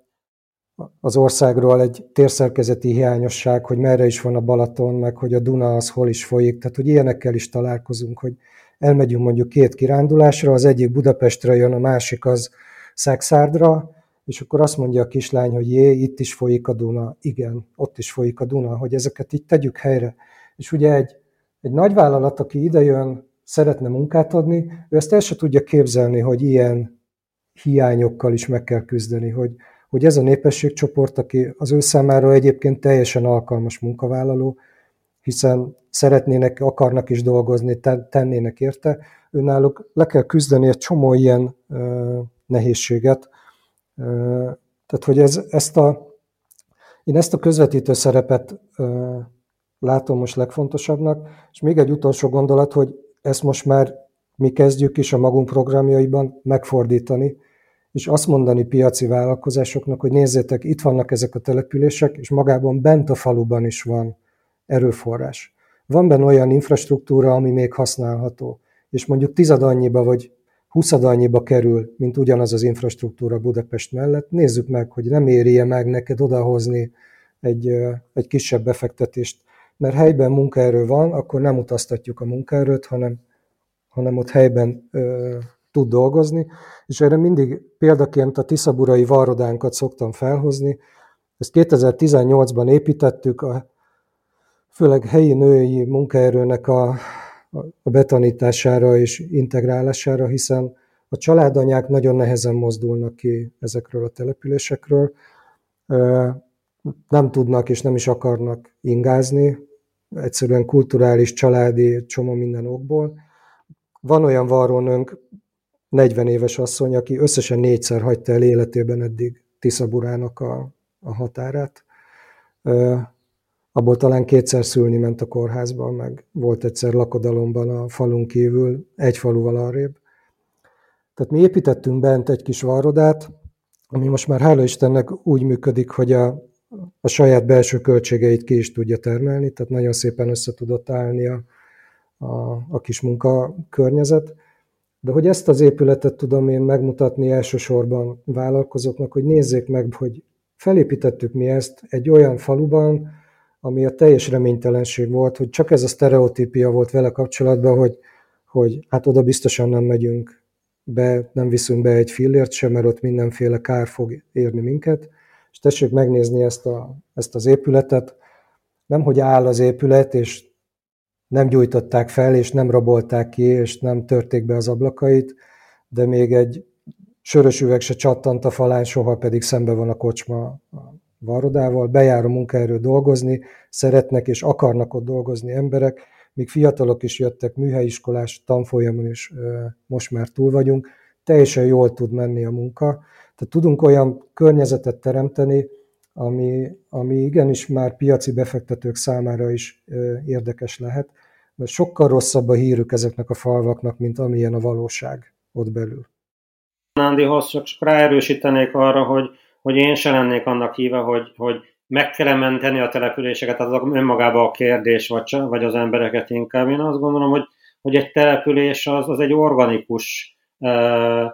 [SPEAKER 6] az országról egy térszerkezeti hiányosság, hogy merre is van a Balaton, meg hogy a Duna az hol is folyik, tehát hogy ilyenekkel is találkozunk, hogy elmegyünk mondjuk két kirándulásra, az egyik Budapestre jön, a másik az Szexárdra, és akkor azt mondja a kislány, hogy jé, itt is folyik a Duna. Igen, ott is folyik a Duna, hogy ezeket így tegyük helyre. És ugye egy, egy nagyvállalat, aki idejön, szeretne munkát adni, ő ezt el se tudja képzelni, hogy ilyen hiányokkal is meg kell küzdeni, hogy, hogy ez a népességcsoport, aki az ő számára egyébként teljesen alkalmas munkavállaló, hiszen szeretnének, akarnak is dolgozni, tennének érte, őnáluk le kell küzdeni egy csomó ilyen ö, nehézséget. Ö, tehát, hogy ez, ezt a, én ezt a közvetítő szerepet ö, látom most legfontosabbnak, és még egy utolsó gondolat, hogy ezt most már mi kezdjük is a magunk programjaiban megfordítani, és azt mondani piaci vállalkozásoknak, hogy nézzétek, itt vannak ezek a települések, és magában bent a faluban is van erőforrás. Van benne olyan infrastruktúra, ami még használható, és mondjuk tized annyiba vagy huszad annyiba kerül, mint ugyanaz az infrastruktúra Budapest mellett. Nézzük meg, hogy nem éri meg neked odahozni egy, egy kisebb befektetést, mert helyben munkaerő van, akkor nem utaztatjuk a munkaerőt, hanem, hanem ott helyben ö, tud dolgozni, és erre mindig példaként a tiszaburai varrodánkat szoktam felhozni. Ezt kétezer-tizennyolcban építettük, a, főleg helyi női munkaerőnek a, a betanítására és integrálására, hiszen a családanyák nagyon nehezen mozdulnak ki ezekről a településekről, nem tudnak és nem is akarnak ingázni, egyszerűen kulturális, családi, csomó minden okból. Van olyan varrónőnk, negyven éves asszony, aki összesen négyszer hagyta el életében eddig Tiszaburának a, a határát. Abból talán kétszer szülni ment a kórházban, meg volt egyszer lakodalomban a falun kívül, egy faluval arrébb. Tehát mi építettünk bent egy kis varrodát, ami most már hála Istennek úgy működik, hogy a, a saját belső költségeit ki is tudja termelni, tehát nagyon szépen össze tudott állni a, a, a kis munkakörnyezet. De hogy ezt az épületet tudom én megmutatni elsősorban vállalkozóknak, hogy nézzék meg, hogy felépítettük mi ezt egy olyan faluban, ami a teljes reménytelenség volt, hogy csak ez a sztereotípia volt vele kapcsolatban, hogy, hogy hát oda biztosan nem megyünk be, nem viszünk be egy fillért sem, mert ott mindenféle kár fog érni minket. És tessék megnézni ezt, a, ezt az épületet. Nem, hogy áll az épület, és nem gyújtották fel, és nem rabolták ki, és nem törték be az ablakait, de még egy sörös üveg se csattant a falán, soha, pedig szembe van a kocsma a varrodával. Bejár a munkaerő dolgozni, szeretnek és akarnak ott dolgozni emberek, még fiatalok is jöttek, műhelyiskolás tanfolyamon is most már túl vagyunk, teljesen jól tud menni a munka. Tehát tudunk olyan környezetet teremteni, ami, ami igenis már piaci befektetők számára is érdekes lehet, mert sokkal rosszabb a hírük ezeknek a falvaknak, mint amilyen a valóság ott belül.
[SPEAKER 5] Nándihoz csak ráerősítenék arra, hogy, hogy én sem lennék annak híve, hogy, hogy meg kell menteni a településeket, az önmagában a kérdés, vagy, vagy az embereket inkább. Én azt gondolom, hogy, hogy egy település az, az egy organikus uh,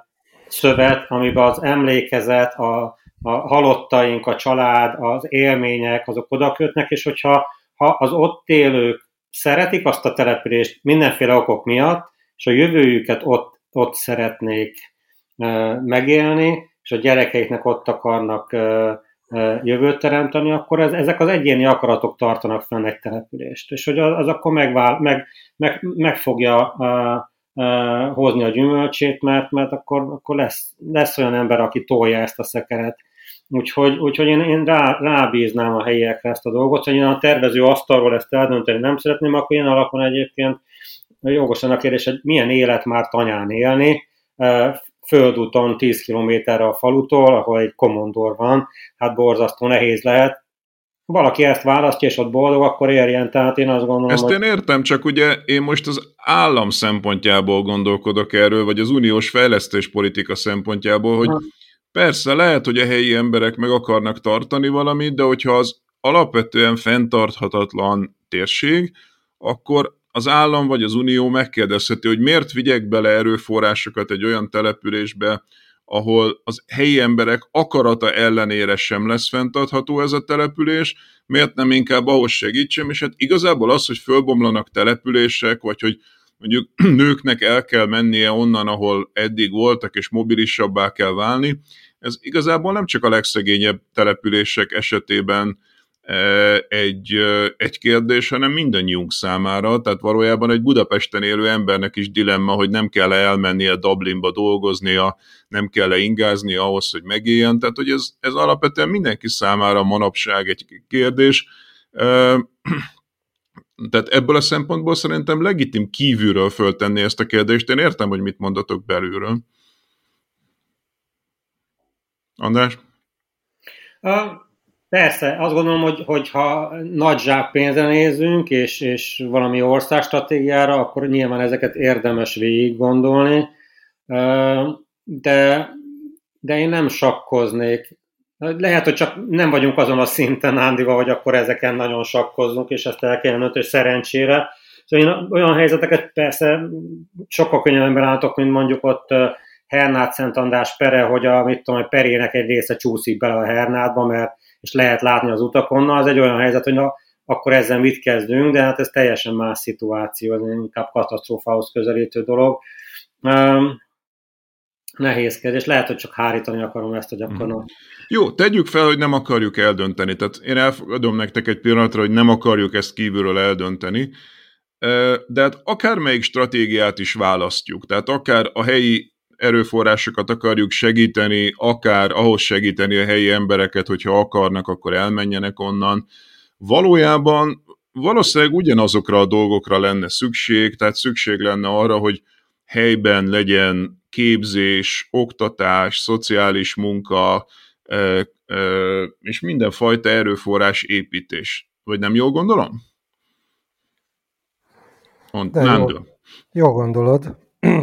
[SPEAKER 5] szövet, amiben az emlékezet, a, a halottaink, a család, az élmények, azok oda kötnek, és hogyha ha az ott élők szeretik azt a települést mindenféle okok miatt, és a jövőjüket ott, ott szeretnék uh, megélni, és a gyerekeiknek ott akarnak uh, uh, jövőt teremteni, akkor ez, ezek az egyéni akaratok tartanak fenn egy települést. És hogy az, az akkor megvál, meg, meg, meg fogja uh, uh, hozni a gyümölcsét, mert, mert akkor, akkor lesz, lesz olyan ember, aki tolja ezt a szekeret. Úgyhogy, úgyhogy én, én rá, rábíznám a helyiekre ezt a dolgot, hogy én a tervező asztalról ezt eldönteni nem szeretném, akkor én alapon egyébként jogosan a kérdés, hogy milyen élet már tanyán élni, földúton tíz kilométerre a falutól, ahol egy komondor van, hát borzasztó nehéz lehet. Valaki ezt választja, és ott boldog, akkor érjen, tehát én azt gondolom,
[SPEAKER 4] ezt
[SPEAKER 5] hogy...
[SPEAKER 4] én értem, csak ugye én most az állam szempontjából gondolkodok erről, vagy az uniós fejlesztéspolitika szempontjából, hogy ha. Persze, lehet, hogy a helyi emberek meg akarnak tartani valamit, de hogyha az alapvetően fenntarthatatlan térség, akkor az állam vagy az unió megkérdezheti, hogy miért vigyek bele erőforrásokat egy olyan településbe, ahol az helyi emberek akarata ellenére sem lesz fenntartható ez a település, miért nem inkább ahhoz segítsem, és hát igazából az, hogy fölbomlanak települések, vagy hogy mondjuk nőknek el kell mennie onnan, ahol eddig voltak, és mobilisabbá kell válni. Ez igazából nem csak a legszegényebb települések esetében egy, egy kérdés, hanem mindannyiunk számára. Tehát valójában egy Budapesten élő embernek is dilemma, hogy nem kell elmennie Dublinba dolgoznia, nem kell ingáznia ahhoz, hogy megéljen. Tehát, hogy ez, ez alapvetően mindenki számára manapság egy kérdés. Tehát ebből a szempontból szerintem legitim kívülről föltenni ezt a kérdést. Én értem, hogy mit mondatok belülről. András?
[SPEAKER 5] Uh, persze, azt gondolom, hogy, hogy ha nagy zsákpénzre nézünk, és, és valami országstratégiára, akkor nyilván ezeket érdemes végig gondolni, uh, de, de én nem sakkoznék. Lehet, hogy csak nem vagyunk azon a szinten, Ándival, hogy akkor ezeken nagyon sakkozzunk, és ezt el kell nőtt, és szerencsére. Szóval én olyan helyzeteket persze sokkal könnyebben látok, mint mondjuk ott Hernát Szent András pere, hogy a, mit tudom, a perének egy része csúszik bele a Hernátba, mert és lehet látni az utakon. Na, az egy olyan helyzet, hogy na, akkor ezzel mit kezdünk, de hát ez teljesen más szituáció, ez inkább katasztrófához közelítő dolog. Um, Nehéz kérdés, lehet, hogy csak hárítani akarom ezt, hogy akkor... Mm.
[SPEAKER 4] Jó, tegyük fel, hogy nem akarjuk eldönteni. Tehát én elfogadom nektek egy pillanatra, hogy nem akarjuk ezt kívülről eldönteni, de hát akármelyik stratégiát is választjuk, tehát akár a helyi erőforrásokat akarjuk segíteni, akár ahhoz segíteni a helyi embereket, hogyha akarnak, akkor elmenjenek onnan. Valójában valószínűleg ugyanazokra a dolgokra lenne szükség, tehát szükség lenne arra, hogy helyben legyen képzés, oktatás, szociális munka, és mindenfajta erőforrás építés. Vagy nem jól gondolom?
[SPEAKER 6] De jó, jól gondolod.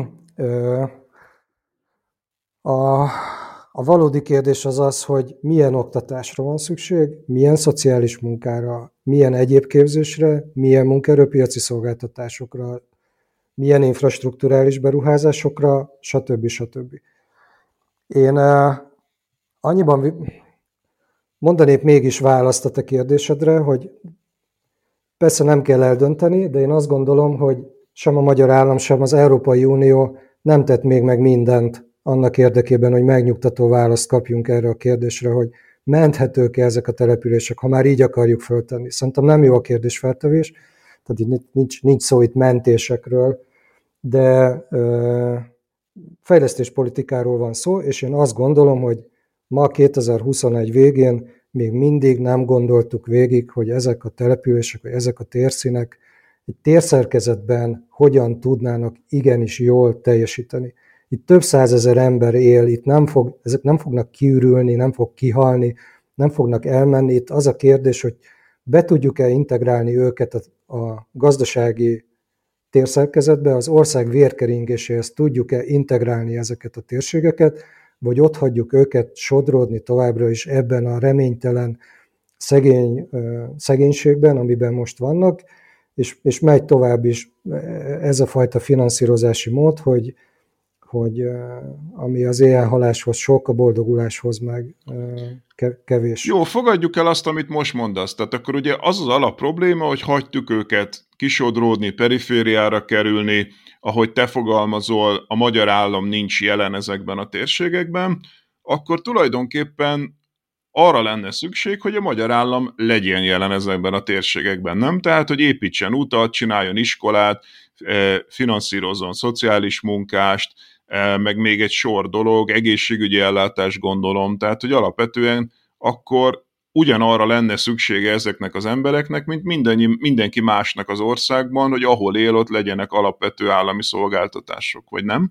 [SPEAKER 6] A, a valódi kérdés az az, hogy milyen oktatásra van szükség, milyen szociális munkára, milyen egyéb képzésre, milyen munkaerőpiaci szolgáltatásokra, milyen infrastrukturális beruházásokra, stb. stb. Én uh, annyiban mondanék mégis választ a te kérdésedre, hogy persze nem kell eldönteni, de én azt gondolom, hogy sem a magyar állam, sem az Európai Unió nem tett még meg mindent annak érdekében, hogy megnyugtató választ kapjunk erre a kérdésre, hogy menthetők-e ezek a települések, ha már így akarjuk föltenni. Szerintem nem jó a kérdésfeltevés, tehát itt nincs, nincs szó itt mentésekről, de ö, fejlesztéspolitikáról van szó, és én azt gondolom, hogy ma kétezer-huszonegy végén még mindig nem gondoltuk végig, hogy ezek a települések, vagy ezek a térszínek egy térszerkezetben hogyan tudnának igenis jól teljesíteni. Itt több százezer ember él, itt nem fog, ezek nem fognak kiürülni, nem fog kihalni, nem fognak elmenni. Itt az a kérdés, hogy be tudjuk-e integrálni őket a, a gazdasági térszerkezetbe, az ország vérkeringéséhez tudjuk-e integrálni ezeket a térségeket, vagy ott hagyjuk őket sodródni továbbra is ebben a reménytelen szegény, szegénységben, amiben most vannak, és, és megy tovább is ez a fajta finanszírozási mód, hogy, hogy ami az éjjelhaláshoz sok, a boldoguláshoz meg kevés.
[SPEAKER 4] Jó, fogadjuk el azt, amit most mondasz. Tehát akkor ugye az az alap probléma, hogy hagytuk őket kisodródni, perifériára kerülni, ahogy te fogalmazol, a magyar állam nincs jelen ezekben a térségekben, akkor tulajdonképpen arra lenne szükség, hogy a magyar állam legyen jelen ezekben a térségekben, nem? Tehát, hogy építsen utat, csináljon iskolát, finanszírozzon szociális munkást, meg még egy sor dolog, egészségügyi ellátás gondolom, tehát, hogy alapvetően akkor ugyanarra lenne szüksége ezeknek az embereknek, mint mindenki, mindenki másnak az országban, hogy ahol él, ott legyenek alapvető állami szolgáltatások, vagy nem?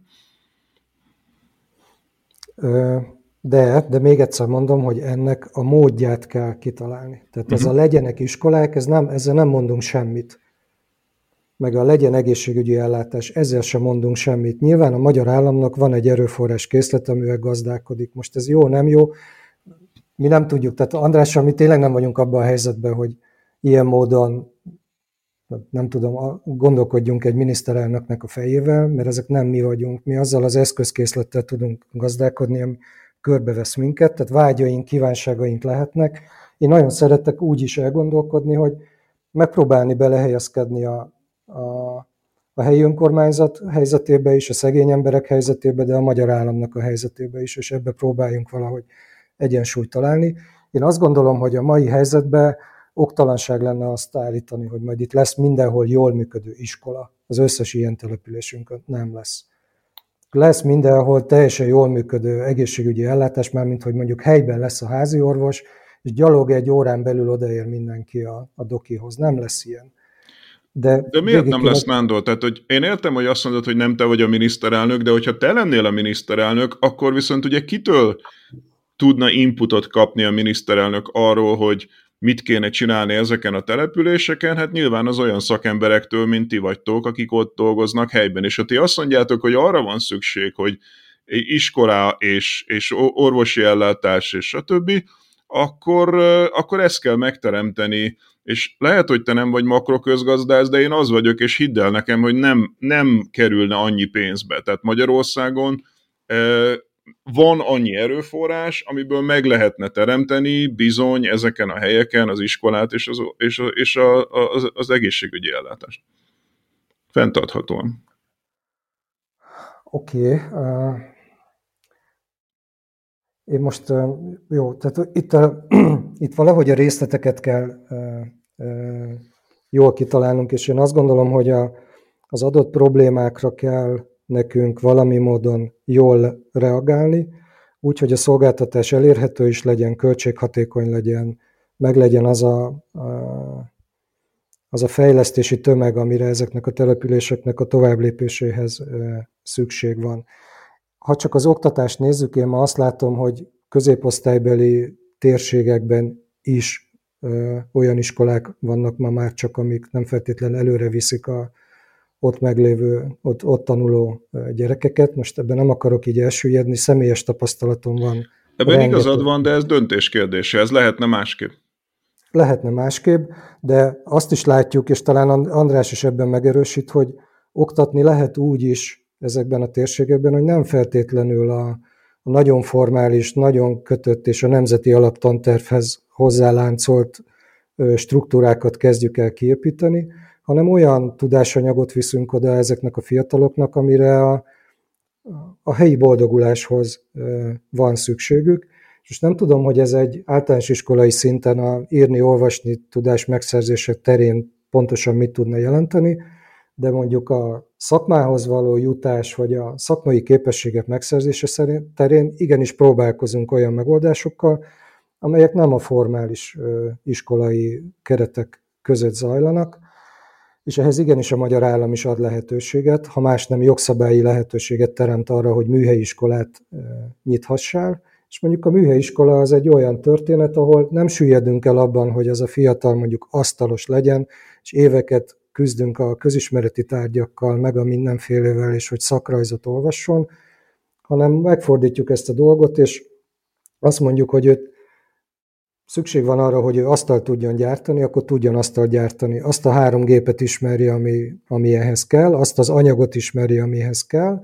[SPEAKER 6] De, de még egyszer mondom, hogy ennek a módját kell kitalálni. Tehát ez uh-huh. a legyenek iskolák, ez nem, ezzel nem mondunk semmit. Meg a legyen egészségügyi ellátás, ezzel sem mondunk semmit. Nyilván a magyar államnak van egy erőforrás készlet, amivel gazdálkodik. Most ez jó, nem jó? Mi nem tudjuk. Tehát Andrással mi tényleg nem vagyunk abban a helyzetben, hogy ilyen módon, nem tudom, gondolkodjunk egy miniszterelnöknek a fejével, mert ezek nem mi vagyunk. Mi azzal az eszközkészlettel tudunk gazdálkodni, ami körbevesz minket, tehát vágyaink, kívánságaink lehetnek. Én nagyon szeretek úgy is elgondolkodni, hogy megpróbálni belehelyezkedni a, a, a helyi önkormányzat helyzetébe is, a szegény emberek helyzetébe, de a magyar államnak a helyzetébe is, és ebbe próbáljunk valahogy egyensúlyt találni. Én azt gondolom, hogy a mai helyzetben oktalanság lenne azt állítani, hogy majd itt lesz mindenhol jól működő iskola. Az összes ilyen településünkön nem lesz. Lesz mindenhol teljesen jól működő egészségügyi ellátás, mármint hogy mondjuk helyben lesz a házi orvos, és gyalog egy órán belül odaér mindenki a, a dokihoz. Nem lesz ilyen. De,
[SPEAKER 4] de miért nem lesz, Nándor? Tehát, hogy én értem, hogy azt mondod, hogy nem te vagy a miniszterelnök, de hogyha te lennél a miniszterelnök, akkor viszont ugye kitől tudna inputot kapni a miniszterelnök arról, hogy mit kéne csinálni ezeken a településeken? Hát nyilván az olyan szakemberektől, mint ti vagytok, akik ott dolgoznak helyben. És ha ti azt mondjátok, hogy arra van szükség, hogy iskola és, és orvosi ellátás és stb., akkor, akkor ezt kell megteremteni. És lehet, hogy te nem vagy makroközgazdász, de én az vagyok, és hidd el nekem, hogy nem, nem kerülne annyi pénzbe. Tehát Magyarországon van annyi erőforrás, amiből meg lehetne teremteni bizony ezeken a helyeken az iskolát és az, és a, és a, az, az egészségügyi ellátást. Fenntarthatóan.
[SPEAKER 6] Oké. Okay. Uh, én most, uh, jó, tehát itt, uh, itt valahogy a részleteket kell uh, uh, jól kitalálnunk, és én azt gondolom, hogy a, az adott problémákra kell nekünk valami módon jól reagálni, úgy, hogy a szolgáltatás elérhető is legyen, költséghatékony legyen, meg legyen az a, a, az a fejlesztési tömeg, amire ezeknek a településeknek a továbblépéséhez szükség van. Ha csak az oktatást nézzük, én ma azt látom, hogy középosztálybeli térségekben is ö, olyan iskolák vannak ma már csak, amik nem feltétlenül előre viszik a ott meglévő, ott, ott tanuló gyerekeket. Most ebben nem akarok így elsüllyedni, személyes tapasztalatom van.
[SPEAKER 4] Ebben rengeteg... igazad van, de ez döntés kérdése, ez lehetne másképp.
[SPEAKER 6] Lehetne másképp, de azt is látjuk, és talán András is ebben megerősít, hogy oktatni lehet úgy is ezekben a térségekben, hogy nem feltétlenül a, a nagyon formális, nagyon kötött és a nemzeti alaptantervhez hozzáláncolt struktúrákat kezdjük el kiépíteni, hanem olyan tudásanyagot viszünk oda ezeknek a fiataloknak, amire a, a helyi boldoguláshoz van szükségük. És nem tudom, hogy ez egy általános iskolai szinten a írni-olvasni tudás megszerzése terén pontosan mit tudna jelenteni, de mondjuk a szakmához való jutás, vagy a szakmai képességek megszerzése terén igenis próbálkozunk olyan megoldásokkal, amelyek nem a formális iskolai keretek között zajlanak, és ehhez igenis a magyar állam is ad lehetőséget, ha más nem jogszabályi lehetőséget teremt arra, hogy műhelyiskolát nyithassál, és mondjuk a műhelyiskola az egy olyan történet, ahol nem süllyedünk el abban, hogy az a fiatal mondjuk asztalos legyen, és éveket küzdünk a közismereti tárgyakkal, meg a mindenfélevel, és hogy szakrajzot olvasson, hanem megfordítjuk ezt a dolgot, és azt mondjuk, hogy őt szükség van arra, hogy ő asztalt tudjon gyártani, akkor tudjon asztalt gyártani. Azt a három gépet ismeri, ami, ami ehhez kell, azt az anyagot ismeri, amihez kell.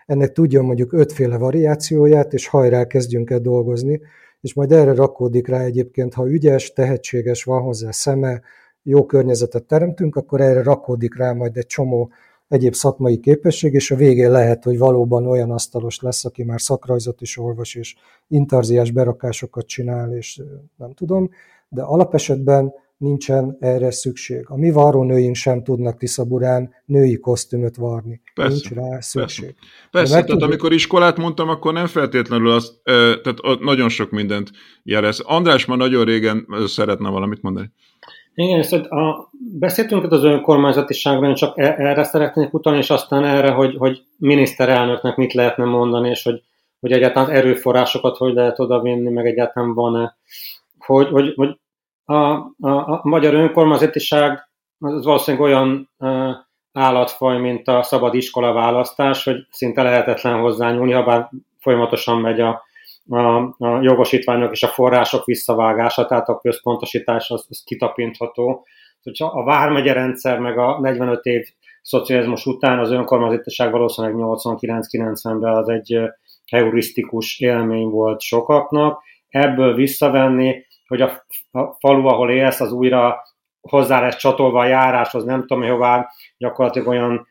[SPEAKER 6] ennek tudjon mondjuk ötféle variációját, és hajrá kezdjünk el dolgozni, és majd erre rakódik rá egyébként, ha ügyes, tehetséges, van hozzá szeme, jó környezetet teremtünk, akkor erre rakódik rá majd egy csomó egyéb szakmai képesség, és a végén lehet, hogy valóban olyan asztalos lesz, aki már szakrajzot is olvas, és intarziás berakásokat csinál, és nem tudom, de alapesetben nincsen erre szükség. A mi varrónőink sem tudnak Tiszaburán női kosztümöt varni.
[SPEAKER 4] Persze,
[SPEAKER 6] Nincs rá szükség.
[SPEAKER 4] Persze, persze tehát
[SPEAKER 6] tudjuk...
[SPEAKER 4] amikor iskolát mondtam, akkor nem feltétlenül azt, tehát nagyon sok mindent jelez. András már nagyon régen szeretne valamit mondani.
[SPEAKER 5] Igen, szóval a, beszéltünk az önkormányzatiságban, csak erre szeretnék utalni, és aztán erre, hogy, hogy miniszterelnöknek mit lehetne mondani, és hogy, hogy egyáltalán erőforrásokat hogy lehet odavinni, meg egyáltalán van-e. Hogy, hogy, hogy a, a, a magyar önkormányzatiság az valószínűleg olyan uh, állatfaj, mint a szabad iskola választás, hogy szinte lehetetlen hozzányúlni, ha bár folyamatosan megy a A, a jogosítványok és a források visszavágása, tehát a központosítás az, az kitapintható. Hogyha a vármegye rendszer meg a negyvenöt év szocializmus után az önkormányzatiság valószínűleg nyolcvankilenc-kilencvenben az egy heurisztikus élmény volt sokaknak. Ebből visszavenni, hogy a, a falu, ahol élsz, az újra hozzá lesz csatolva a járáshoz, nem tudom hová, gyakorlatilag olyan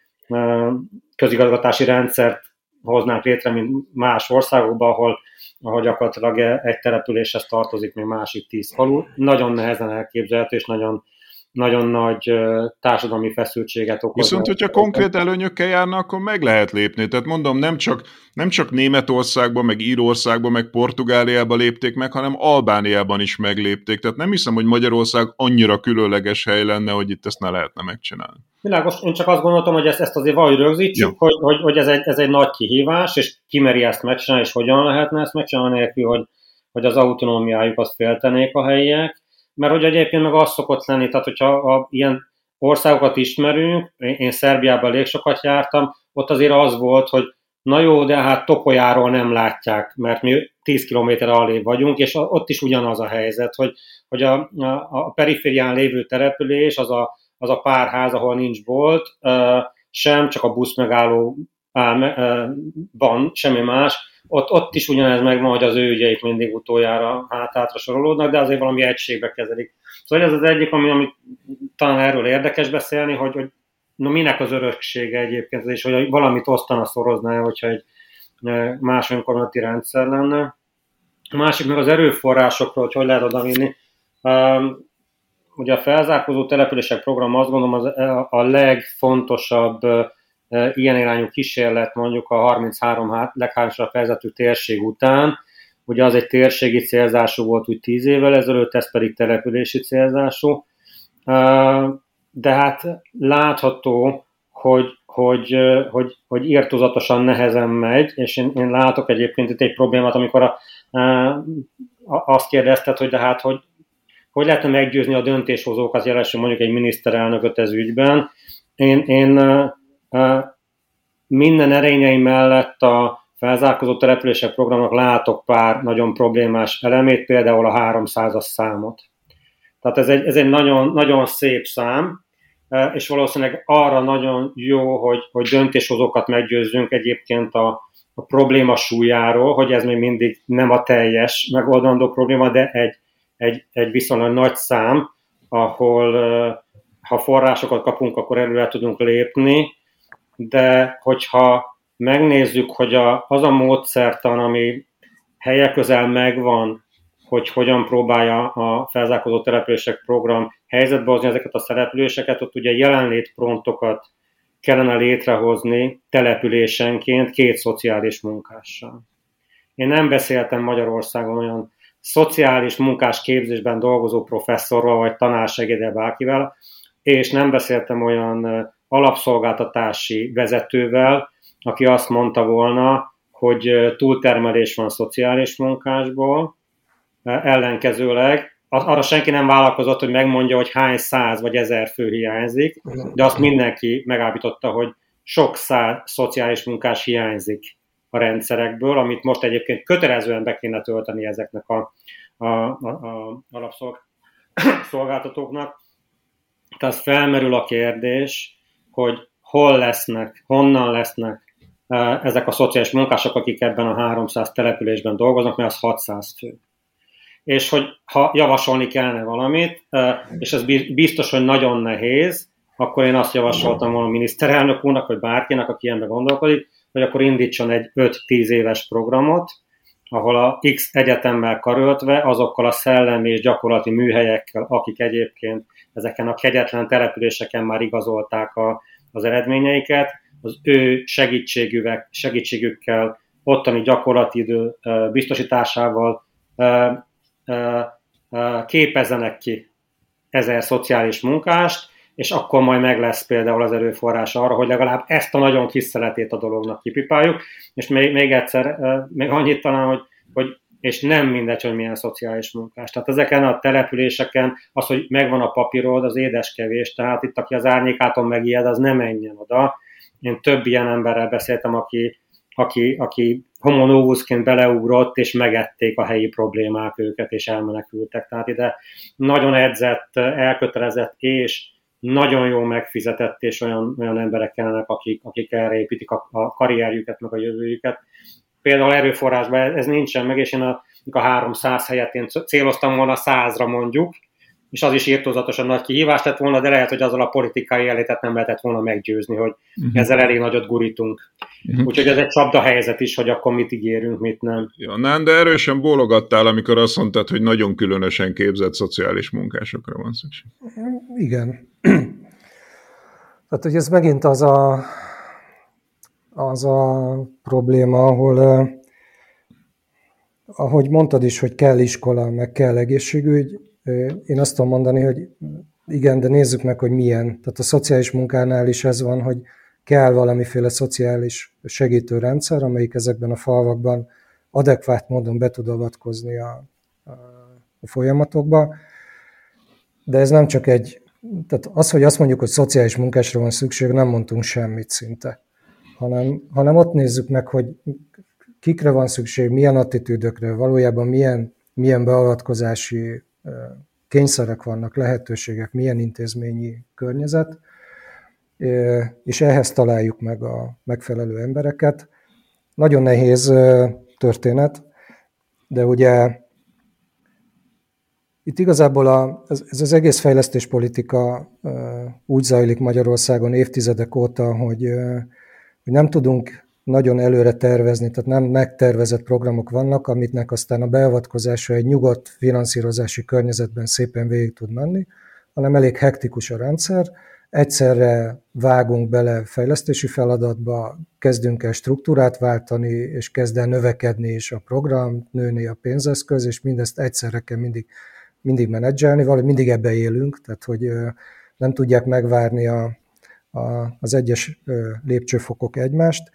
[SPEAKER 5] közigazgatási rendszert hoznánk létre, mint más országokban, ahol, ahol gyakorlatilag egy településhez tartozik még másik tíz falu. Nagyon nehezen elképzelhető, és nagyon, nagyon nagy társadalmi feszültséget okoz.
[SPEAKER 4] Viszont, hogyha konkrét előnyökkel járna, akkor meg lehet lépni. Tehát mondom, nem csak, nem csak Németországban, meg Írországban, meg Portugáliában lépték meg, hanem Albániában is meglépték. Tehát nem hiszem, hogy Magyarország annyira különleges hely lenne, hogy itt ezt ne lehetne megcsinálni.
[SPEAKER 5] Világos, én csak azt gondoltam, hogy ezt, ezt azért valahogy rögzítsük, ja. hogy, hogy, hogy ez, egy, ez egy nagy kihívás, és ki meri ezt megcsinálni, és hogyan lehetne ezt megcsinálni, nélkül, hogy, hogy az autonómiájukat féltenék a helyiek. Mert hogy egyébként meg az szokott lenni, tehát hogyha a, ilyen országokat ismerünk, én, én Szerbiában elég sokat jártam, ott azért az volt, hogy na jó, de hát Topolyáról nem látják, mert mi tíz kilométer alébb vagyunk, és ott is ugyanaz a helyzet, hogy, hogy a, a, a periférián lévő település, az a az a pár ház, ahol nincs bolt, sem, csak a buszmegálló van, semmi más. Ott, ott is ugyanez megvan, hogy az ő ügyeik mindig utoljára hátátra sorolódnak, de azért valami egységbe kezelik. Szóval ez az egyik, ami, ami talán erről érdekes beszélni, hogy, hogy no, minek az öröksége egyébként, és hogy valamit osztana, szorozná, hogyha egy más önkormányzati rendszer lenne. A másik meg az erőforrásokról, hogy hogy lehet odavinni. Ugye a felzárkózó települések program, azt gondolom, az a legfontosabb ilyen irányú kísérlet mondjuk a harminchárom leghálósabb helyzetű térség után. Ugye az egy térségi célzású volt úgy tíz évvel ezelőtt, ez pedig települési célzású. De hát látható, hogy, hogy, hogy, hogy irtózatosan nehezen megy, és én, én látok egyébként itt egy problémát, amikor a, a, azt kérdezted, hogy de hát, hogy hogy lehetne meggyőzni a döntéshozókat, jelesül mondjuk egy miniszterelnököt ez ügyben. Én, én uh, uh, minden erényeim mellett a felzárkózó települések programnak látok pár nagyon problémás elemét, például a háromszázas számot. Tehát ez egy, ez egy nagyon, nagyon szép szám, uh, és valószínűleg arra nagyon jó, hogy, hogy döntéshozókat meggyőzzünk egyébként a, a probléma súlyáról, hogy ez még mindig nem a teljes megoldandó probléma, de egy Egy, egy viszonylag nagy szám, ahol ha forrásokat kapunk, akkor előre tudunk lépni, de hogyha megnézzük, hogy a, az a módszertan, ami helyek közel megvan, hogy hogyan próbálja a felzárkózó települések program helyzetbe hozni ezeket a településeket, ott ugye jelenlétprontokat kellene létrehozni településenként két szociális munkással. Én nem beszéltem Magyarországon olyan szociális munkás képzésben dolgozó professzorral, vagy tanársegéddel bárkivel, és nem beszéltem olyan alapszolgáltatási vezetővel, aki azt mondta volna, hogy túltermelés van szociális munkásból, ellenkezőleg arra senki nem vállalkozott, hogy megmondja, hogy hány száz vagy ezer fő hiányzik, de azt mindenki megállapította, hogy sok száz szociális munkás hiányzik a rendszerekből, amit most egyébként kötelezően be kéne tölteni ezeknek a, a, a, a alapszolgáltatóknak. Tehát felmerül a kérdés, hogy hol lesznek, honnan lesznek ezek a szociális munkások, akik ebben a háromszáz településben dolgoznak, mert az hatszáz fő. És hogy ha javasolni kellene valamit, és ez biztos, hogy nagyon nehéz, akkor én azt javasoltam volna a miniszterelnök úrnak, vagy bárkinek, aki ilyenbe gondolkodik, hogy akkor indítson egy öt-tíz éves programot, ahol a X egyetemmel karöltve, azokkal a szellemi és gyakorlati műhelyekkel, akik egyébként ezeken a kegyetlen településeken már igazolták a, az eredményeiket, az ő segítségükkel, segítségükkel ottani gyakorlati idő biztosításával képezzenek ki ezer szociális munkást, és akkor majd meg lesz például az erőforrás arra, hogy legalább ezt a nagyon kis szeletét a dolognak kipipáljuk, és még, még egyszer, még annyit talán, hogy, hogy és nem mindegy, hogy milyen szociális munkás. Tehát ezeken a településeken az, hogy megvan a papírod, az édes kevés, tehát itt, aki az árnyékáton megijed, az ne menjen oda. Én több ilyen emberrel beszéltem, aki, aki, aki homo novusként beleugrott, és megették a helyi problémák őket, és elmenekültek. Tehát ide nagyon edzett, elkötelezett, és nagyon jól megfizetett, és olyan, olyan emberek kellenek, akik, akik erre építik a, a karrierjüket, meg a jövőjüket. Például erőforrásban ez nincsen meg, és én a, a háromszáz helyett én céloztam volna százra mondjuk, és az is írtózatosan nagy kihívás lett volna, de lehet, hogy azzal a politikai elétet nem lehetett volna meggyőzni, hogy uh-huh. ezzel elég nagyot gurítunk. Uh-huh. Úgyhogy ez egy csapda helyzet is, hogy akkor mit ígérünk, mit nem.
[SPEAKER 7] Ja, nem, de erősen bólogattál, amikor azt mondtad, hogy nagyon különösen képzett szociális munkásokra van szükség.
[SPEAKER 6] Igen. Tehát, hogy ez megint az a, az a probléma, ahol, eh, ahogy mondtad is, hogy kell iskola, meg kell egészségügy, eh, én azt tudom mondani, hogy igen, de nézzük meg, hogy milyen. Tehát a szociális munkánál is ez van, hogy kell valamiféle szociális segítőrendszer, amelyik ezekben a falvakban adekvát módon be tud avatkozni a, a, a folyamatokba. De ez nem csak egy, tehát az, hogy azt mondjuk, hogy szociális munkásra van szükség, nem mondtunk semmit szinte, hanem, hanem ott nézzük meg, hogy kikre van szükség, milyen attitűdökre, valójában milyen, milyen beavatkozási kényszerek vannak, lehetőségek, milyen intézményi környezet, és ehhez találjuk meg a megfelelő embereket. Nagyon nehéz történet, de ugye itt igazából a, ez az egész fejlesztéspolitika úgy zajlik Magyarországon évtizedek óta, hogy, hogy nem tudunk nagyon előre tervezni, tehát nem megtervezett programok vannak, amitnek aztán a beavatkozása egy nyugodt finanszírozási környezetben szépen végig tud menni, hanem elég hektikus a rendszer, egyszerre vágunk bele fejlesztési feladatba, kezdünk el struktúrát váltani, és kezd el növekedni is a program, nőni a pénzeszköz, és mindezt egyszerre kell mindig, mindig menedzselni, valahogy mindig ebbe élünk, tehát hogy nem tudják megvárni a, a, az egyes lépcsőfokok egymást.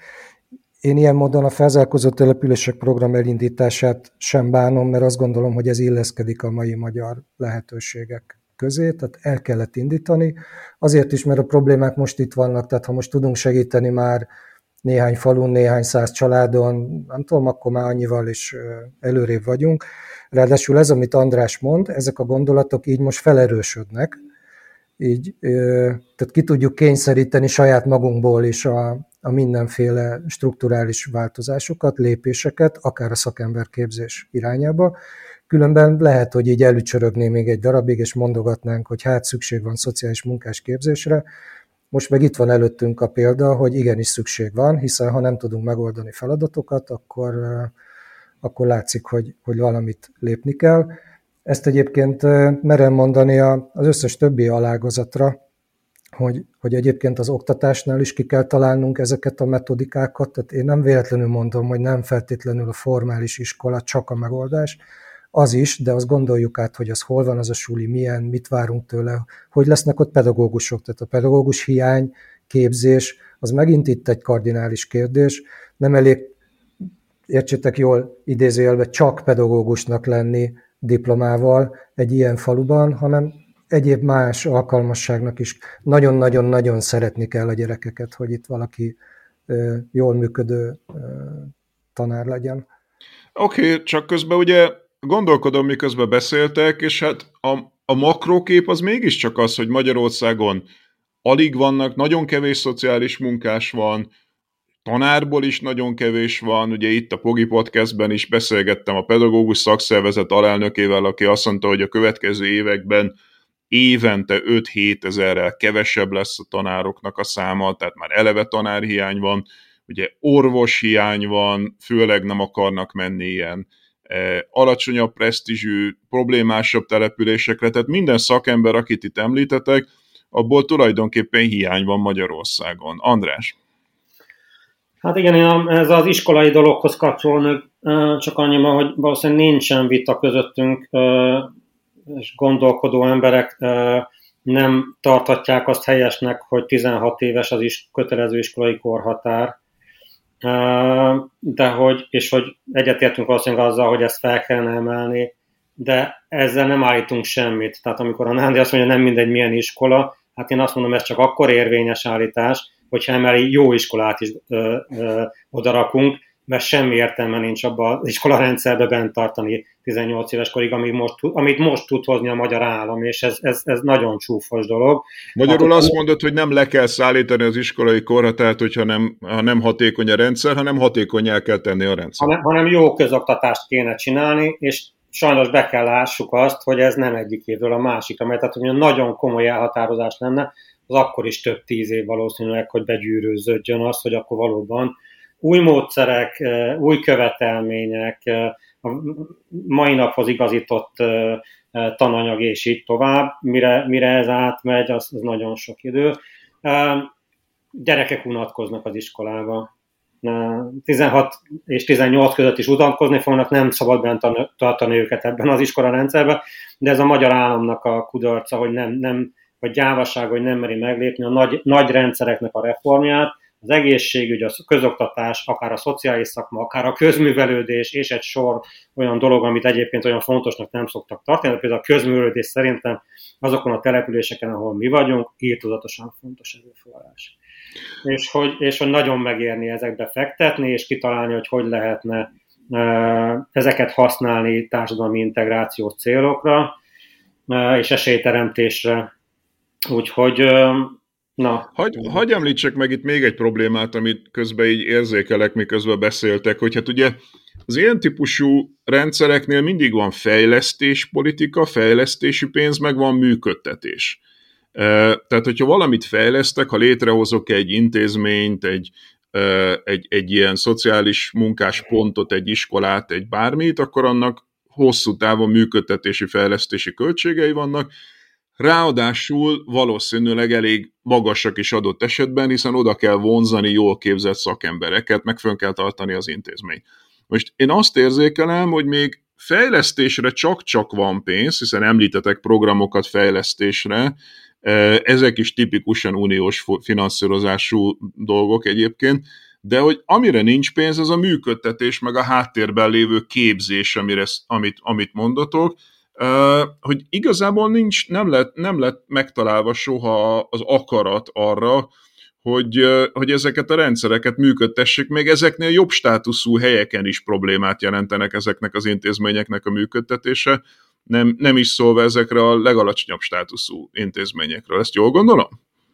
[SPEAKER 6] Én ilyen módon a felzárkózó települések program elindítását sem bánom, mert azt gondolom, hogy ez illeszkedik a mai magyar lehetőségek közé, tehát el kellett indítani. Azért is, mert a problémák most itt vannak, tehát ha most tudunk segíteni már néhány falun, néhány száz családon, nem tudom, akkor már annyival is előrébb vagyunk. Ráadásul ez, amit András mond, ezek a gondolatok így most felerősödnek, így, tehát ki tudjuk kényszeríteni saját magunkból is a, a mindenféle strukturális változásokat, lépéseket, akár a szakemberképzés irányába. Különben lehet, hogy így elücsörögné még egy darabig, és mondogatnánk, hogy hát szükség van szociális munkás képzésre. Most meg itt van előttünk a példa, hogy igenis szükség van, hiszen ha nem tudunk megoldani feladatokat, akkor, akkor látszik, hogy, hogy valamit lépni kell. Ezt egyébként merem mondani az összes többi alágazatra, hogy, hogy egyébként az oktatásnál is ki kell találnunk ezeket a metodikákat. Tehát én nem véletlenül mondom, hogy nem feltétlenül a formális iskola csak a megoldás, az is, de azt gondoljuk át, hogy az hol van az a suli, milyen, mit várunk tőle, hogy lesznek ott pedagógusok. Tehát a pedagógus hiány, képzés, az megint itt egy kardinális kérdés. Nem elég, értsétek jól idézőjelben, csak pedagógusnak lenni diplomával egy ilyen faluban, hanem egyéb más alkalmasságnak is nagyon-nagyon-nagyon szeretni kell a gyerekeket, hogy itt valaki jól működő tanár legyen.
[SPEAKER 7] Oké, okay, csak közben ugye gondolkodom, miközben beszéltek, és hát a, a makrókép az mégiscsak az, hogy Magyarországon alig vannak, nagyon kevés szociális munkás van, tanárból is nagyon kevés van, ugye itt a Pogi Podcastben is beszélgettem a pedagógus szakszervezet alelnökével, aki azt mondta, hogy a következő években évente öt-hét ezerrel kevesebb lesz a tanároknak a száma, tehát már eleve tanárhiány van, ugye orvoshiány van, főleg nem akarnak menni ilyen e, alacsonyabb presztízsű, problémásabb településekre, tehát minden szakember, akit itt említetek, abból tulajdonképpen hiány van Magyarországon. András?
[SPEAKER 5] Hát igen, én ez az iskolai dologhoz kapcsolódnak, csak annyiban, hogy valószínűleg nincsen vita közöttünk, és gondolkodó emberek nem tartatják azt helyesnek, hogy tizenhat éves az is kötelező iskolai korhatár, de hogy, és hogy egyetértünk valószínűleg azzal, hogy ezt fel kellene emelni, de ezzel nem állítunk semmit. Tehát amikor a Nándi azt mondja, nem mindegy milyen iskola, hát én azt mondom, ez csak akkor érvényes állítás, hogyha emeli jó iskolát is ö, ö, odarakunk, mert semmi értelme nincs abban az iskolarendszerbe bent tartani tizennyolc éves korig, amit most, amit most tud hozni a magyar állam, és ez, ez, ez nagyon csúfos dolog.
[SPEAKER 7] Magyarul
[SPEAKER 5] hát,
[SPEAKER 7] azt mondod, hogy nem le kell szállítani az iskolai korhatárt, hogyha nem, ha nem hatékony a rendszer, hanem hatékonnyá kell tenni a rendszer.
[SPEAKER 5] Hanem, hanem jó közoktatást kéne csinálni, és sajnos be kell lássuk azt, hogy ez nem egyik évről a másikra, mert tehát, hogy nagyon komoly elhatározás lenne, az akkor is több tíz év valószínűleg, hogy begyűrűződjön az, hogy akkor valóban új módszerek, új követelmények, a mai naphoz igazított tananyag és így tovább, mire, mire ez átmegy, az, az nagyon sok idő. Gyerekek unatkoznak az iskolába. tizenhat és tizennyolc között is unatkozni fognak, nem szabad bent tartani őket ebben az iskolarendszerben, de ez a magyar államnak a kudarca, hogy nem, nem vagy gyávaság, hogy nem meri meglépni a nagy, nagy rendszereknek a reformját, az egészségügy, a közoktatás, akár a szociális szakma, akár a közművelődés, és egy sor olyan dolog, amit egyébként olyan fontosnak nem szoktak tartani, de például a közművelődés szerintem azokon a településeken, ahol mi vagyunk, írtozatosan fontos erőforrás. És hogy, és hogy nagyon megérni ezekbe fektetni, és kitalálni, hogy hogy lehetne ezeket használni társadalmi integrációs célokra, és esélyteremtésre. Úgyhogy, na.
[SPEAKER 7] Hagy, hagy említsek meg itt még egy problémát, amit közben így érzékelek, miközben beszéltek, hogy hát ugye az ilyen típusú rendszereknél mindig van fejlesztéspolitika, fejlesztési pénz, meg van működtetés. Tehát, hogyha valamit fejlesztek, ha létrehozok egy intézményt, egy, egy, egy ilyen szociális munkáspontot, egy iskolát, egy bármit, akkor annak hosszú távon működtetési, fejlesztési költségei vannak, ráadásul valószínűleg elég magasak is adott esetben, hiszen oda kell vonzani jól képzett szakembereket, meg fönn kell tartani az intézményt. Most én azt érzékelem, hogy még fejlesztésre csak-csak van pénz, hiszen említetek programokat fejlesztésre, ezek is tipikusan uniós finanszírozású dolgok egyébként, de hogy amire nincs pénz, az a működtetés, meg a háttérben lévő képzés, amire, amit, amit mondatok, hogy igazából nincs, nem lett, nem lett megtalálva soha az akarat arra, hogy, hogy ezeket a rendszereket működtessék, még ezeknél jobb státuszú helyeken is problémát jelentenek ezeknek az intézményeknek a működtetése, nem, nem is szólva ezekre a legalacsonyabb státuszú intézményekről. Ezt jól gondolom?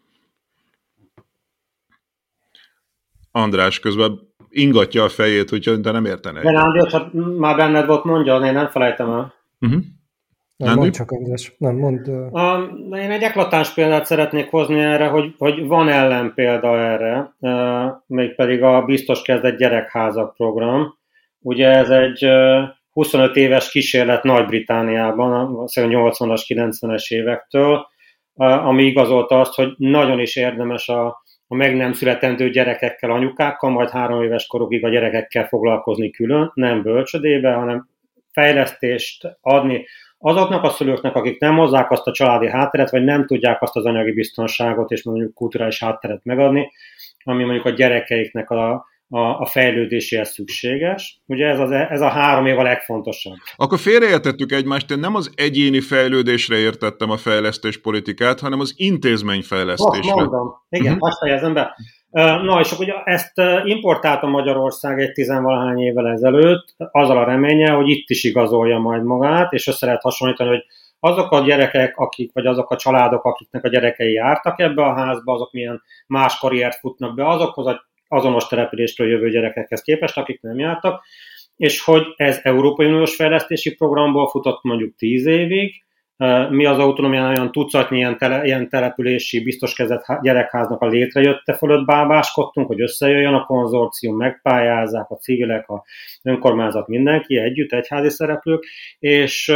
[SPEAKER 7] András közben ingatja a fejét, hogy de nem értene.
[SPEAKER 5] De Nándi, csak már benned volt, mondja, én nem felejtem el.
[SPEAKER 7] Uh-huh.
[SPEAKER 6] Nem, mondd csak, András. Nem, mondd.
[SPEAKER 5] Uh, én egy eklatáns példát szeretnék hozni erre, hogy, hogy van ellenpélda erre, uh, mégpedig a Biztos Kezdet Gyerekházak program. Ugye ez egy uh, huszonöt éves kísérlet Nagy-Britániában, a nyolcvanas, kilencvenes évektől, uh, ami igazolta azt, hogy nagyon is érdemes a, a meg nem születendő gyerekekkel, anyukákkal, majd három éves korukig a gyerekekkel foglalkozni külön, nem bölcsödébe, hanem fejlesztést adni azoknak a szülőknek, akik nem hozzák azt a családi hátteret, vagy nem tudják azt az anyagi biztonságot és mondjuk kulturális hátteret megadni, ami mondjuk a gyerekeiknek a, a, a fejlődéséhez szükséges. Ugye ez, az, ez a három év a legfontosabb.
[SPEAKER 7] Akkor félreértettük egymást, én nem az egyéni fejlődésre értettem a fejlesztéspolitikát, hanem az intézményfejlesztésre.
[SPEAKER 5] Oh, mondom. Igen, uh-huh. Azt fejezem be. Na, és akkor ugye ezt importálta Magyarország egy tizenvalahány évvel ezelőtt, azzal a reménye, hogy itt is igazolja majd magát, és össze lehet hasonlítani, hogy azok a gyerekek, akik, vagy azok a családok, akiknek a gyerekei jártak ebbe a házba, azok milyen más karriert futnak be, azokhoz a azonos településről jövő gyerekekhez képest, akik nem jártak, és hogy ez Európai Uniós fejlesztési programból futott mondjuk tíz évig, mi az autonómián olyan tucatnyi ilyen, tele, ilyen települési biztos kezett gyerekháznak a létrejötte fölött bábáskodtunk, hogy összejöjjön a konzorcium, megpályázzák a civilek, a önkormányzat, mindenki együtt, egyházi szereplők, és,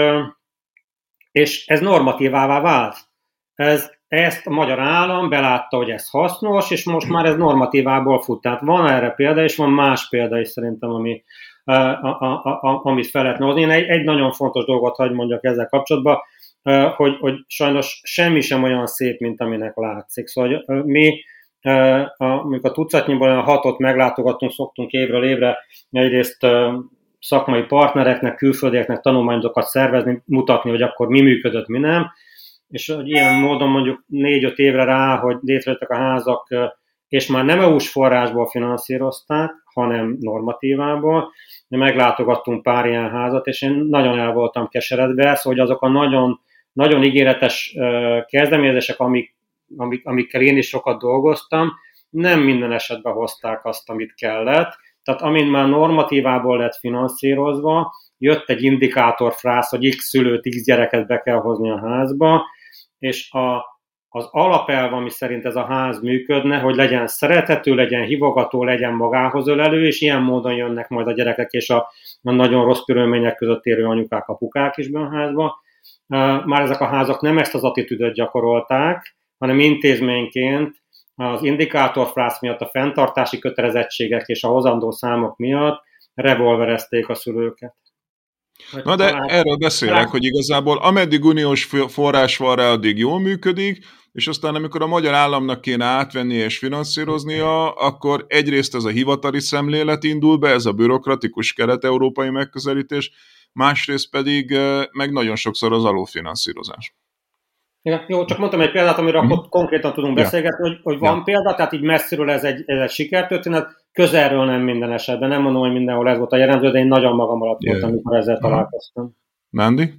[SPEAKER 5] és ez normatívává vált. Ez, ezt a magyar állam belátta, hogy ez hasznos, és most már ez normatívából fut. Tehát van erre példa, és van más példa is szerintem, ami, a, a, a, a, amit fel lehetne hozni. Én egy, egy nagyon fontos dolgot hagy mondjak ezzel kapcsolatban, Hogy, hogy sajnos semmi sem olyan szép, mint aminek látszik. Szóval hogy mi, amikor a tucatnyiból olyan hatot meglátogatunk, szoktunk évről évre egyrészt szakmai partnereknek, külföldieknek tanulmányokat szervezni, mutatni, hogy akkor mi működött, mi nem. És hogy ilyen módon mondjuk négy-öt évre rá, hogy létrejöttek a házak, és már nem é u-s forrásból finanszírozták, hanem normatívából, de meglátogattunk pár ilyen házat, és én nagyon el voltam keseredve, szóval hogy azok a nagyon nagyon ígéretes uh, kezdeményezések, amik, amik, amikkel én is sokat dolgoztam, nem minden esetben hozták azt, amit kellett. Tehát amint már normatívából lett finanszírozva, jött egy indikátorfrász, hogy x szülőt, x gyereket be kell hozni a házba, és a, az alapelv, ami szerint ez a ház működne, hogy legyen szeretető, legyen hívogató, legyen magához ölelő, és ilyen módon jönnek majd a gyerekek és a, a nagyon rossz körülmények között érő anyukák, apukák is be a házba. Már ezek a házak nem ezt az attitűdöt gyakorolták, hanem intézményként az indikátorfrász miatt, a fenntartási kötelezettségek és a hozandó számok miatt revolverezték a szülőket.
[SPEAKER 7] Na de talán... erről beszélek, hogy igazából ameddig uniós forrás van rá, addig jól működik, és aztán amikor a magyar államnak kéne átvenni és finanszíroznia, akkor egyrészt ez a hivatali szemlélet indul be, ez a bürokratikus kelet-európai megközelítés, másrészt pedig meg nagyon sokszor az alulfinanszírozás.
[SPEAKER 5] Igen, jó, csak mondtam egy példát, amiről mm-hmm. akkor konkrétan tudunk ja. beszélgetni, hogy, hogy van ja. példa, tehát így messziről ez egy, ez egy sikertörténet, közelről nem minden esetben, nem mondom, hogy mindenhol ez volt a jellemző, de én nagyon magam alatt yeah. voltam, amikor ezzel Aha. találkoztam.
[SPEAKER 7] Nándi?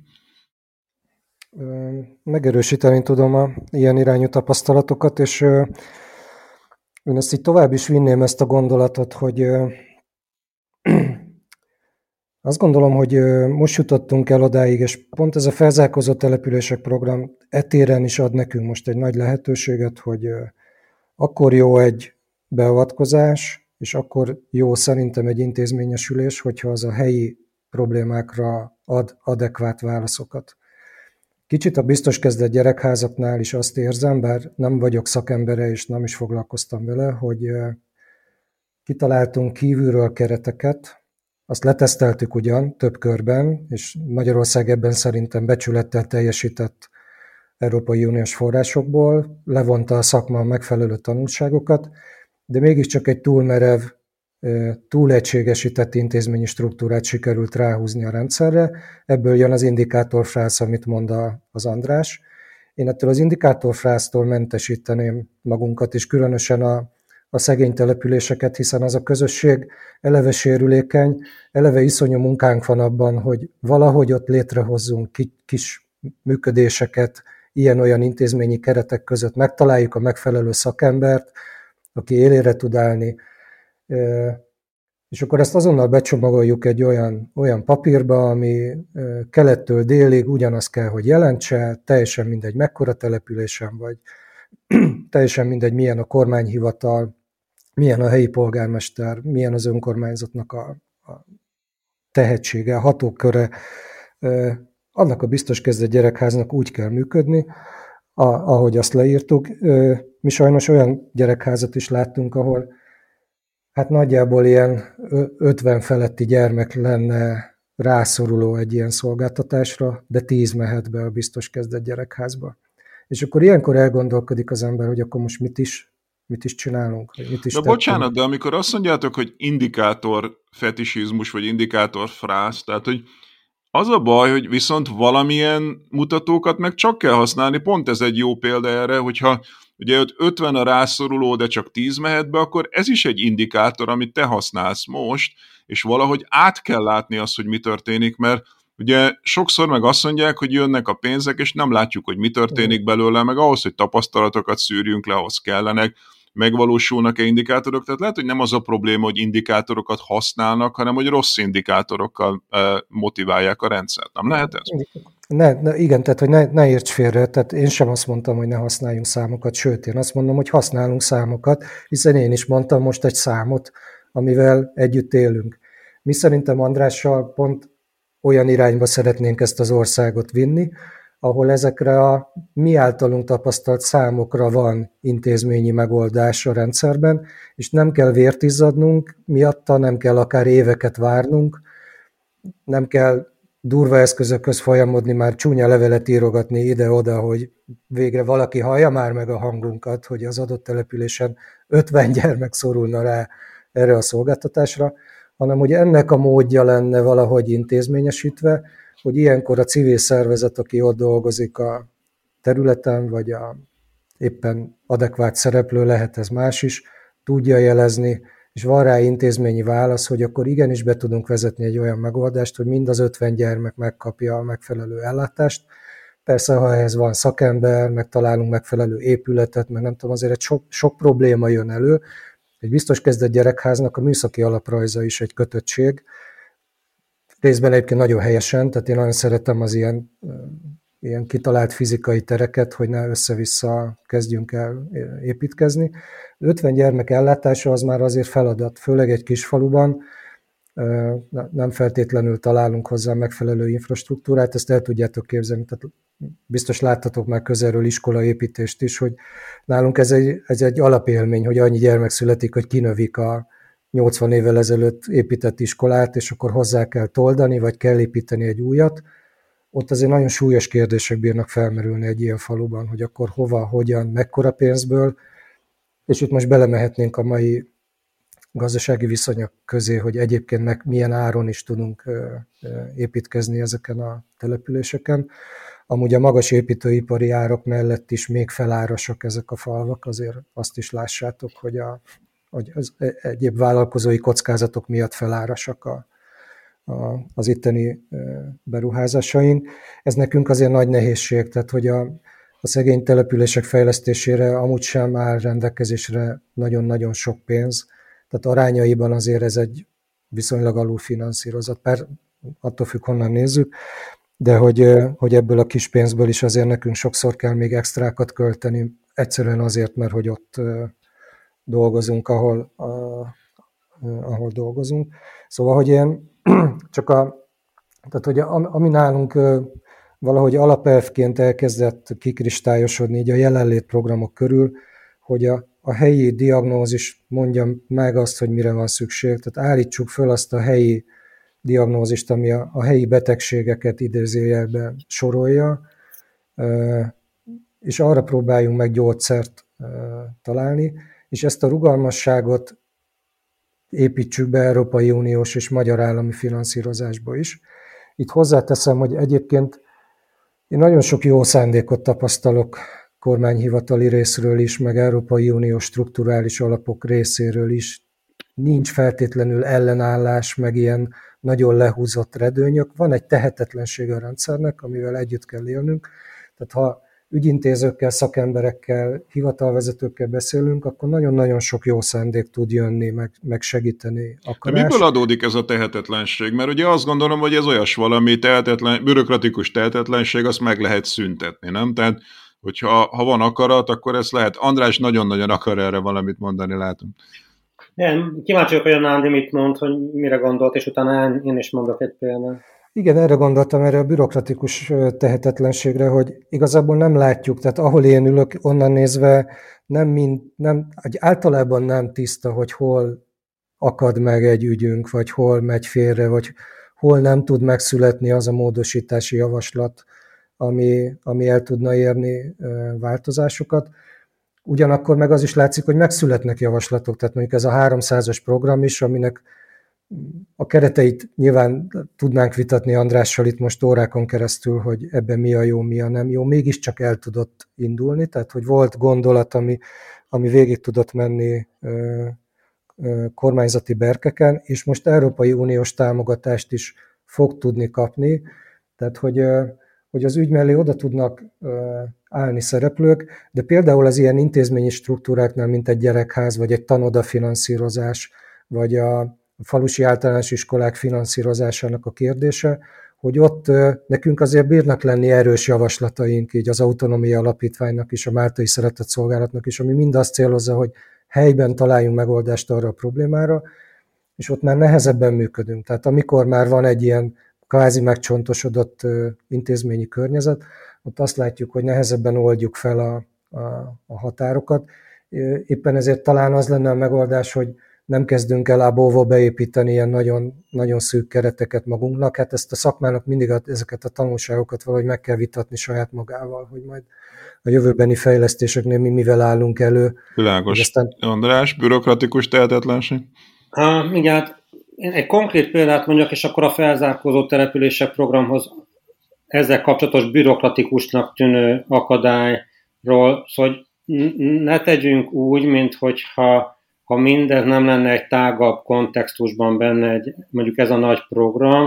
[SPEAKER 6] Megerősíteni tudom a ilyen irányú tapasztalatokat, és én ezt így tovább is vinném ezt a gondolatot, hogy azt gondolom, hogy most jutottunk el odáig, és pont ez a felzárkózó települések program etéren is ad nekünk most egy nagy lehetőséget, hogy akkor jó egy beavatkozás, és akkor jó szerintem egy intézményesülés, hogyha az a helyi problémákra ad adekvát válaszokat. Kicsit a biztos kezdett gyerekházaknál is azt érzem, bár nem vagyok szakembere, és nem is foglalkoztam vele, hogy kitaláltunk kívülről kereteket, azt leteszteltük ugyan több körben, és Magyarország ebben szerintem becsülettel teljesített Európai Uniós forrásokból, levonta a szakma a megfelelő tanulságokat, de mégiscsak egy túlmerev, túlegységesített intézményi struktúrát sikerült ráhúzni a rendszerre. Ebből jön az indikátorfrász, amit mond az András. Én ettől az indikátorfrásztól mentesíteném magunkat, és különösen a a szegény településeket, hiszen az a közösség eleve sérülékeny, eleve iszonyú munkánk van abban, hogy valahogy ott létrehozzunk kis működéseket, ilyen-olyan intézményi keretek között, megtaláljuk a megfelelő szakembert, aki élére tud állni, és akkor ezt azonnal becsomagoljuk egy olyan, olyan papírba, ami kelettől délig ugyanazt kell, hogy jelentse, teljesen mindegy mekkora településen vagy, teljesen mindegy milyen a kormányhivatal, milyen a helyi polgármester, milyen az önkormányzatnak a, a tehetsége, a hatóköre. Annak a biztos kezdett gyerekháznak úgy kell működni, a, ahogy azt leírtuk. Mi sajnos olyan gyerekházat is láttunk, ahol hát nagyjából ilyen ötven feletti gyermek lenne rászoruló egy ilyen szolgáltatásra, de tíz mehet be a biztos kezdett gyerekházba. És akkor ilyenkor elgondolkodik az ember, hogy akkor most mit is, mit is csinálunk. Mit is
[SPEAKER 7] de tettünk. Bocsánat, de amikor azt mondjátok, hogy indikátor fetisizmus, vagy indikátor frász, tehát hogy az a baj, hogy viszont valamilyen mutatókat meg csak kell használni, pont ez egy jó példa erre, hogyha ugye ötven a rászoruló, de csak tíz mehet be, akkor ez is egy indikátor, amit te használsz most, és valahogy át kell látni azt, hogy mi történik, mert ugye sokszor meg azt mondják, hogy jönnek a pénzek, és nem látjuk, hogy mi történik belőle, meg ahhoz, hogy tapasztalatokat szűrjünk le, ahhoz kellenek megvalósulnak-e indikátorok. Tehát lehet, hogy nem az a probléma, hogy indikátorokat használnak, hanem hogy rossz indikátorokkal motiválják a rendszert. Nem lehet ez?
[SPEAKER 6] Ne, ne, igen, tehát hogy ne, ne érts félre, tehát én sem azt mondtam, hogy ne használjunk számokat, sőt, én azt mondom, hogy használunk számokat, hiszen én is mondtam most egy számot, amivel együtt élünk. Mi szerintem Andrással pont olyan irányba szeretnénk ezt az országot vinni, ahol ezekre a mi általunk tapasztalt számokra van intézményi megoldás a rendszerben, és nem kell vért izzadnunk miatta, nem kell akár éveket várnunk, nem kell durva eszközökhöz folyamodni, már csúnya levelet írogatni ide-oda, hogy végre valaki hallja már meg a hangunkat, hogy az adott településen ötven gyermek szorulna rá erre a szolgáltatásra, hanem hogy ennek a módja lenne valahogy intézményesítve, hogy ilyenkor a civil szervezet, aki ott dolgozik a területen, vagy a éppen adekvát szereplő, lehet ez más is, tudja jelezni, és van rá intézményi válasz, hogy akkor igenis be tudunk vezetni egy olyan megoldást, hogy mind az ötven gyermek megkapja a megfelelő ellátást. Persze, ha ehhez van szakember, meg találunk megfelelő épületet, meg nem tudom, azért sok, sok probléma jön elő. Egy biztos kezdett gyerekháznak a műszaki alaprajza is egy kötöttség. Részben egyébként nagyon helyesen, tehát én nagyon szeretem az ilyen, ilyen kitalált fizikai tereket, hogy ne össze-vissza kezdjünk el építkezni. ötven gyermek ellátása az már azért feladat, főleg egy kis faluban, nem feltétlenül találunk hozzá megfelelő infrastruktúrát, ezt el tudjátok képzelni, tehát biztos láttatok már közelről iskolaépítést is, hogy nálunk ez egy, ez egy alapélmény, hogy annyi gyermek születik, hogy kinövik a nyolcvan évvel ezelőtt épített iskolát, és akkor hozzá kell toldani, vagy kell építeni egy újat. Ott azért nagyon súlyos kérdések bírnak felmerülni egy ilyen faluban, hogy akkor hova, hogyan, mekkora pénzből, és itt most belemehetnénk a mai gazdasági viszonyok közé, hogy egyébként meg milyen áron is tudunk építkezni ezeken a településeken. Amúgy a magas építőipari árak mellett is még felárasak ezek a falvak, azért azt is lássátok, hogy, a, hogy az egyéb vállalkozói kockázatok miatt felárasak a, a, az itteni beruházásaink. Ez nekünk azért nagy nehézség, tehát hogy a, a szegény települések fejlesztésére amúgy sem áll rendelkezésre nagyon-nagyon sok pénz, tehát arányaiban azért ez egy viszonylag alulfinanszírozott, per attól függ, honnan nézzük, de hogy, hogy ebből a kis pénzből is azért nekünk sokszor kell még extrákat költeni, egyszerűen azért, mert hogy ott dolgozunk, ahol, a, ahol dolgozunk. Szóval, hogy én csak a, tehát hogy ami nálunk valahogy alapelvként elkezdett kikristályosodni így a jelenlét programok körül, hogy a, a helyi diagnózis mondja meg azt, hogy mire van szükség, tehát állítsuk föl azt a helyi diagnózist, ami a, a helyi betegségeket idézőjelben sorolja, és arra próbáljunk meg gyógyszert találni, és ezt a rugalmasságot építsük be Európai Uniós és magyar állami finanszírozásba is. Itt hozzáteszem, hogy egyébként én nagyon sok jó szándékot tapasztalok kormányhivatali részről is, meg Európai Uniós strukturális alapok részéről is. Nincs feltétlenül ellenállás, meg ilyen nagyon lehúzott redőnyök. Van egy tehetetlenség a rendszernek, amivel együtt kell élnünk. Tehát ha ügyintézőkkel, szakemberekkel, hivatalvezetőkkel beszélünk, akkor nagyon-nagyon sok jó szándék tud jönni, meg, meg segíteni akarás.
[SPEAKER 7] De miből adódik ez a tehetetlenség? Mert ugye azt gondolom, hogy ez olyas valami tehetetlen, bürokratikus tehetetlenség, azt meg lehet szüntetni, nem? Tehát, hogyha ha van akarat, akkor ez lehet. András nagyon-nagyon akar erre valamit mondani, látom.
[SPEAKER 5] Nem, kíváncsi vagyok, hogy a Nándi mit mond, hogy mire gondolt, és utána én is mondok egy példát.
[SPEAKER 6] Igen, erre gondoltam, erre a bürokratikus tehetetlenségre, hogy igazából nem látjuk, tehát ahol én ülök, onnan nézve nem mind, nem, általában nem tiszta, hogy hol akad meg egy ügyünk, vagy hol megy félre, vagy hol nem tud megszületni az a módosítási javaslat, ami, ami el tudna érni változásokat. Ugyanakkor meg az is látszik, hogy megszületnek javaslatok, tehát mondjuk ez a háromszázas program is, aminek a kereteit nyilván tudnánk vitatni Andrással itt most órákon keresztül, hogy ebben mi a jó, mi a nem jó, mégiscsak el tudott indulni, tehát hogy volt gondolat, ami, ami végig tudott menni ö, ö, kormányzati berkeken, és most Európai Uniós támogatást is fog tudni kapni, tehát hogy, ö, hogy az ügy mellé oda tudnak állni szereplők, de például az ilyen intézményi struktúráknál, mint egy gyerekház, vagy egy tanoda finanszírozás, vagy a falusi általános iskolák finanszírozásának a kérdése, hogy ott nekünk azért bírnak lenni erős javaslataink, így az Autonómia Alapítványnak is, a Máltai Szeretett Szolgálatnak is, ami mind azt célozza, hogy helyben találjunk megoldást arra a problémára, és ott már nehezebben működünk. Tehát amikor már van egy ilyen kvázi megcsontosodott intézményi környezet, ott azt látjuk, hogy nehezebben oldjuk fel a, a, a határokat. Éppen ezért talán az lenne a megoldás, hogy nem kezdünk el ábóvó beépíteni ilyen nagyon, nagyon szűk kereteket magunknak. Hát ezt a szakmának mindig a, ezeket a tanulságokat valahogy meg kell vitatni saját magával, hogy majd a jövőbeni fejlesztéseknél mi mivel állunk elő.
[SPEAKER 7] Világos.
[SPEAKER 6] Aztán...
[SPEAKER 7] András, bürokratikus tehetetlenség?
[SPEAKER 5] Ha, igen, én egy konkrét példát mondjak, és akkor a felzárkózó települések programhoz ezzel kapcsolatos bürokratikusnak tűnő akadályról, szóval ne tegyünk úgy, minthogyha ha mindez nem lenne egy tágabb kontextusban benne, egy, mondjuk ez a nagy program,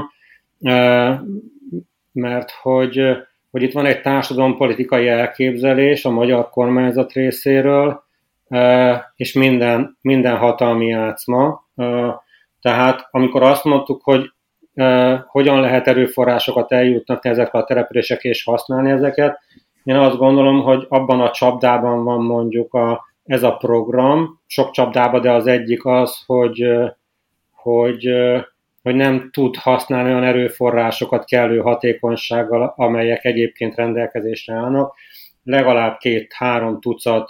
[SPEAKER 5] mert hogy, hogy itt van egy társadalompolitikai elképzelés a magyar kormányzat részéről, és minden, minden hatalmi játszma. Tehát amikor azt mondtuk, hogy hogyan lehet erőforrásokat eljuttatni ezekre a településekre és használni ezeket, én azt gondolom, hogy abban a csapdában van mondjuk a ez a program, sok csapdában, de az egyik az, hogy, hogy, hogy nem tud használni olyan erőforrásokat kellő hatékonysággal, amelyek egyébként rendelkezésre állnak. Legalább két-három tucat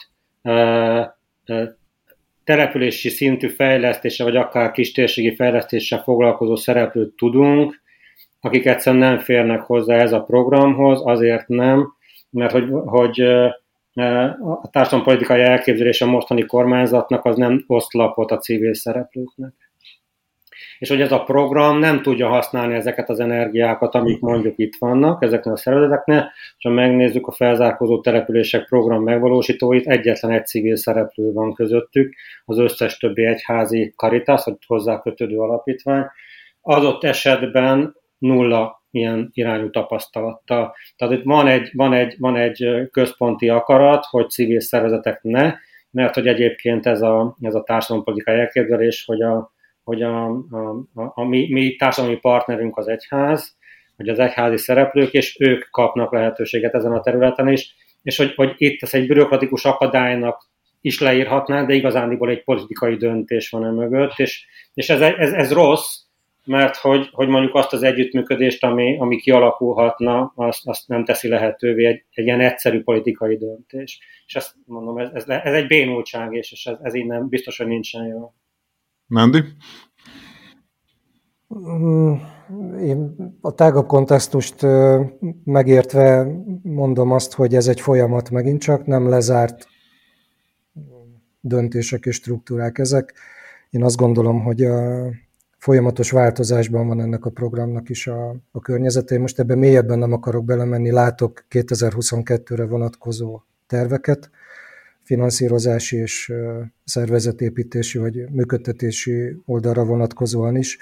[SPEAKER 5] települési szintű fejlesztése, vagy akár kistérségi fejlesztéssel foglalkozó szereplőt tudunk, akik egyszerűen nem férnek hozzá ez a programhoz, azért nem, mert hogy, hogy a társadalompolitikai elképzelés a mostani kormányzatnak az nem osztlapot a civil szereplőknek. És hogy ez a program nem tudja használni ezeket az energiákat, amik mondjuk itt vannak, ezeknek a szervezeteknél, és ha megnézzük a felzárkózó települések program megvalósítóit, egyetlen egy civil szereplő van közöttük, az összes többi egyházi Caritas, vagy hozzá kötődő alapítvány, adott esetben nulla ilyen irányú tapasztalattal. Tehát itt van egy, van, egy, van egy központi akarat, hogy civil szervezetek ne, mert hogy egyébként ez a, ez a társadalompolitikai elképzelés, hogy a, hogy a, a, a, a mi, mi társadalmi partnerünk az egyház, hogy az egyházi szereplők, és ők kapnak lehetőséget ezen a területen is, és hogy, hogy itt ez egy bürokratikus akadálynak is leírhatnánk, de igazándiból egy politikai döntés van e mögött, és, és ez, ez, ez rossz, mert hogy, hogy mondjuk azt az együttműködést, ami, ami kialakulhatna, azt, azt nem teszi lehetővé egy, egy ilyen egyszerű politikai döntés. És ezt mondom, ez, ez, ez egy bénultság, és, és ez, ez így nem, biztos, hogy nincsen jó.
[SPEAKER 7] Nándi?
[SPEAKER 6] Én a tágabb kontextust megértve mondom azt, hogy ez egy folyamat megint csak, nem lezárt döntések és struktúrák ezek. Én azt gondolom, hogy a folyamatos változásban van ennek a programnak is a, a környezete. Én most ebben mélyebben nem akarok belemenni, látok kétezer-huszonkettőre vonatkozó terveket, finanszírozási és szervezetépítési vagy működtetési oldalra vonatkozóan is.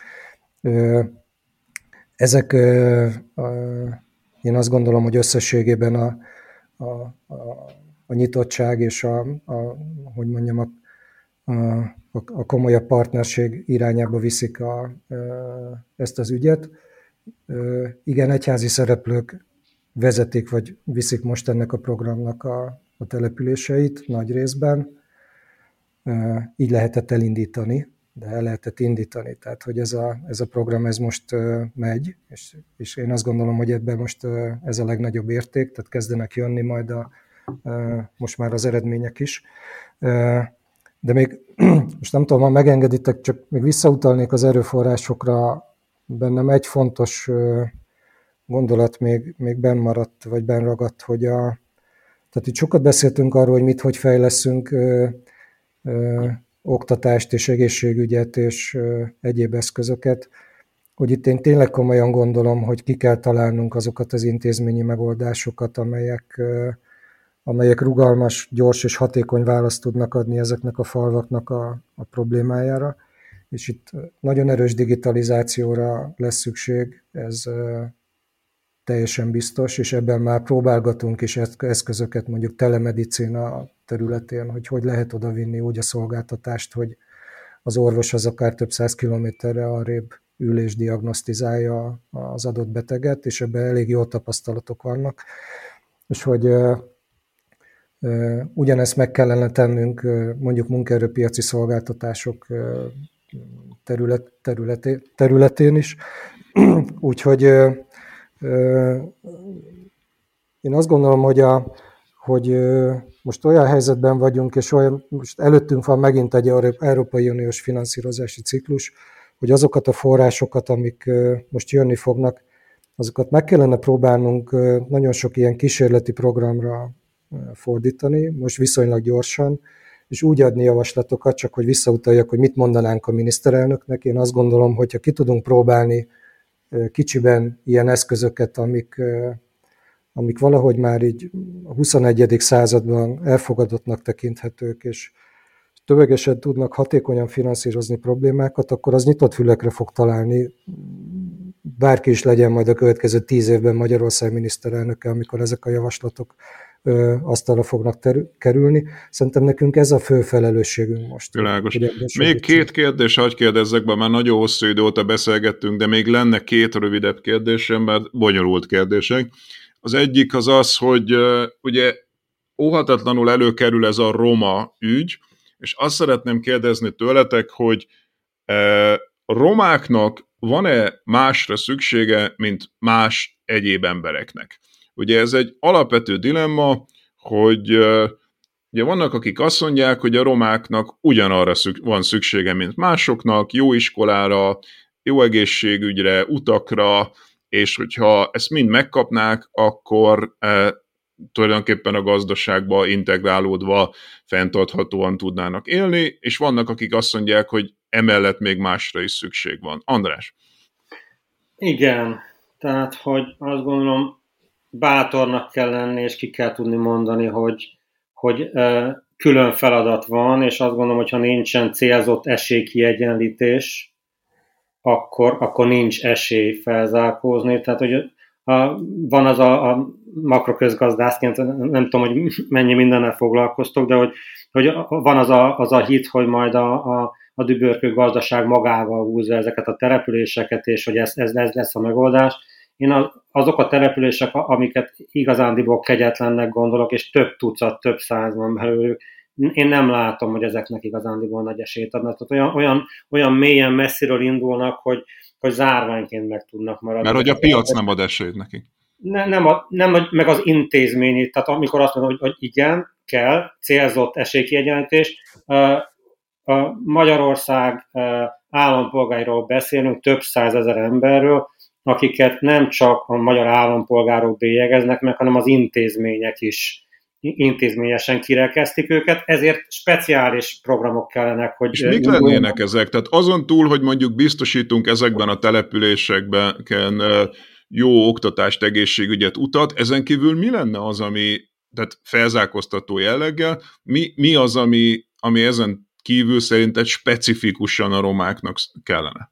[SPEAKER 6] Ezek, én azt gondolom, hogy összességében a, a, a, a nyitottság és a, a, hogy mondjam, a, a, a komolyabb partnerség irányába viszik a, ezt az ügyet. Igen, egyházi szereplők vezetik, vagy viszik most ennek a programnak a, a településeit nagy részben. Így lehetett elindítani, de el lehetett indítani. Tehát, hogy ez a, ez a program ez most megy, és, és én azt gondolom, hogy ebben most ez a legnagyobb érték, tehát kezdenek jönni majd a, most már az eredmények is. De még most nem tudom, ha megengeditek, csak még visszautalnék az erőforrásokra, bennem egy fontos gondolat még, még benn maradt, vagy benn ragadt, hogy a, tehát itt sokat beszéltünk arról, hogy mit, hogy fejleszünk ö, ö, oktatást és egészségügyet és ö, egyéb eszközöket, hogy itt én tényleg komolyan gondolom, hogy ki kell találnunk azokat az intézményi megoldásokat, amelyek, ö, amelyek rugalmas, gyors és hatékony választ tudnak adni ezeknek a falvaknak a, a problémájára. És itt nagyon erős digitalizációra lesz szükség, ez teljesen biztos, és ebben már próbálgatunk is eszközöket, mondjuk telemedicina területén, hogy hogy lehet odavinni úgy a szolgáltatást, hogy az orvos az akár több száz kilométerre arrébb ül és diagnosztizálja az adott beteget, és ebben elég jó tapasztalatok vannak, és hogy ugyanezt meg kellene tennünk mondjuk munkaerőpiaci szolgáltatások terület, területé, területén is. Úgyhogy én azt gondolom, hogy, a, hogy most olyan helyzetben vagyunk, és olyan, most előttünk van megint egy Európai Uniós finanszírozási ciklus, hogy azokat a forrásokat, amik most jönni fognak, azokat meg kellene próbálnunk nagyon sok ilyen kísérleti programra fordítani, most viszonylag gyorsan, és úgy adni javaslatokat, csak hogy visszautaljak, hogy mit mondanánk a miniszterelnöknek. Én azt gondolom, hogyha ki tudunk próbálni kicsiben ilyen eszközöket, amik, amik valahogy már így a huszonegyedik században elfogadottnak tekinthetők, és tömegesen tudnak hatékonyan finanszírozni problémákat, akkor az nyitott fülekre fog találni, bárki is legyen majd a következő tíz évben Magyarország miniszterelnöke, amikor ezek a javaslatok ö, asztalra fognak terü- kerülni. Szerintem nekünk ez a fő felelősségünk most.
[SPEAKER 7] Világos. Még két kérdés, hagyj kérdezzek be, már nagyon hosszú idő óta beszélgettünk, de még lenne két rövidebb kérdésem, mert bonyolult kérdések. Az egyik az az, hogy uh, ugye óhatatlanul előkerül ez a roma ügy, és azt szeretném kérdezni tőletek, hogy uh, a romáknak van-e másra szüksége, mint más egyéb embereknek? Ugye ez egy alapvető dilemma, hogy uh, ugye vannak, akik azt mondják, hogy a romáknak ugyanarra szük- van szüksége, mint másoknak, jó iskolára, jó egészségügyre, utakra, és hogyha ezt mind megkapnák, akkor uh, tulajdonképpen a gazdaságba integrálódva fenntarthatóan tudnának élni, és vannak, akik azt mondják, hogy emellett még másra is szükség van. András?
[SPEAKER 5] Igen, tehát, hogy azt gondolom, bátornak kell lenni, és ki kell tudni mondani, hogy, hogy uh, külön feladat van, és azt gondolom, hogyha nincsen célzott esélykiegyenlítés, akkor, akkor nincs esély felzárkózni. Tehát, hogy a, van az a, a makroközgazdászként, nem tudom, hogy mennyi mindennel foglalkoztok, de hogy, hogy van az a, az a hit, hogy majd a, a, a dübörkő gazdaság magával húzza ezeket a településeket, és hogy ez, ez, ez lesz a megoldás. Én az, azok a települések, amiket igazándiból kegyetlennek gondolok, és több tucat, több száz van belőlük, én nem látom, hogy ezeknek igazándiból nagy esélyt adnak. Tehát olyan, olyan, olyan mélyen messziről indulnak, hogy, hogy zárványként meg tudnak maradni.
[SPEAKER 7] Mert hogy a piac nem ad esélyt neki.
[SPEAKER 5] Ne, nem, a, nem, meg az intézmény, tehát amikor azt mondom, hogy, hogy igen, kell, célzott esélykiegyenlítés. A Magyarország állampolgáiról beszélünk, több százezer emberről, akiket nem csak a magyar állampolgárok bélyegeznek meg, hanem az intézmények is intézményesen kirekesztik őket, ezért speciális programok kellenek, hogy...
[SPEAKER 7] És mik lennének ezek? Tehát azon túl, hogy mondjuk biztosítunk ezekben a településekben jó oktatást, egészségügyet, utat, ezen kívül mi lenne az, ami, tehát felzárkóztató jelleggel, mi, mi az, ami, ami ezen kívül szerinted specifikusan a romáknak kellene?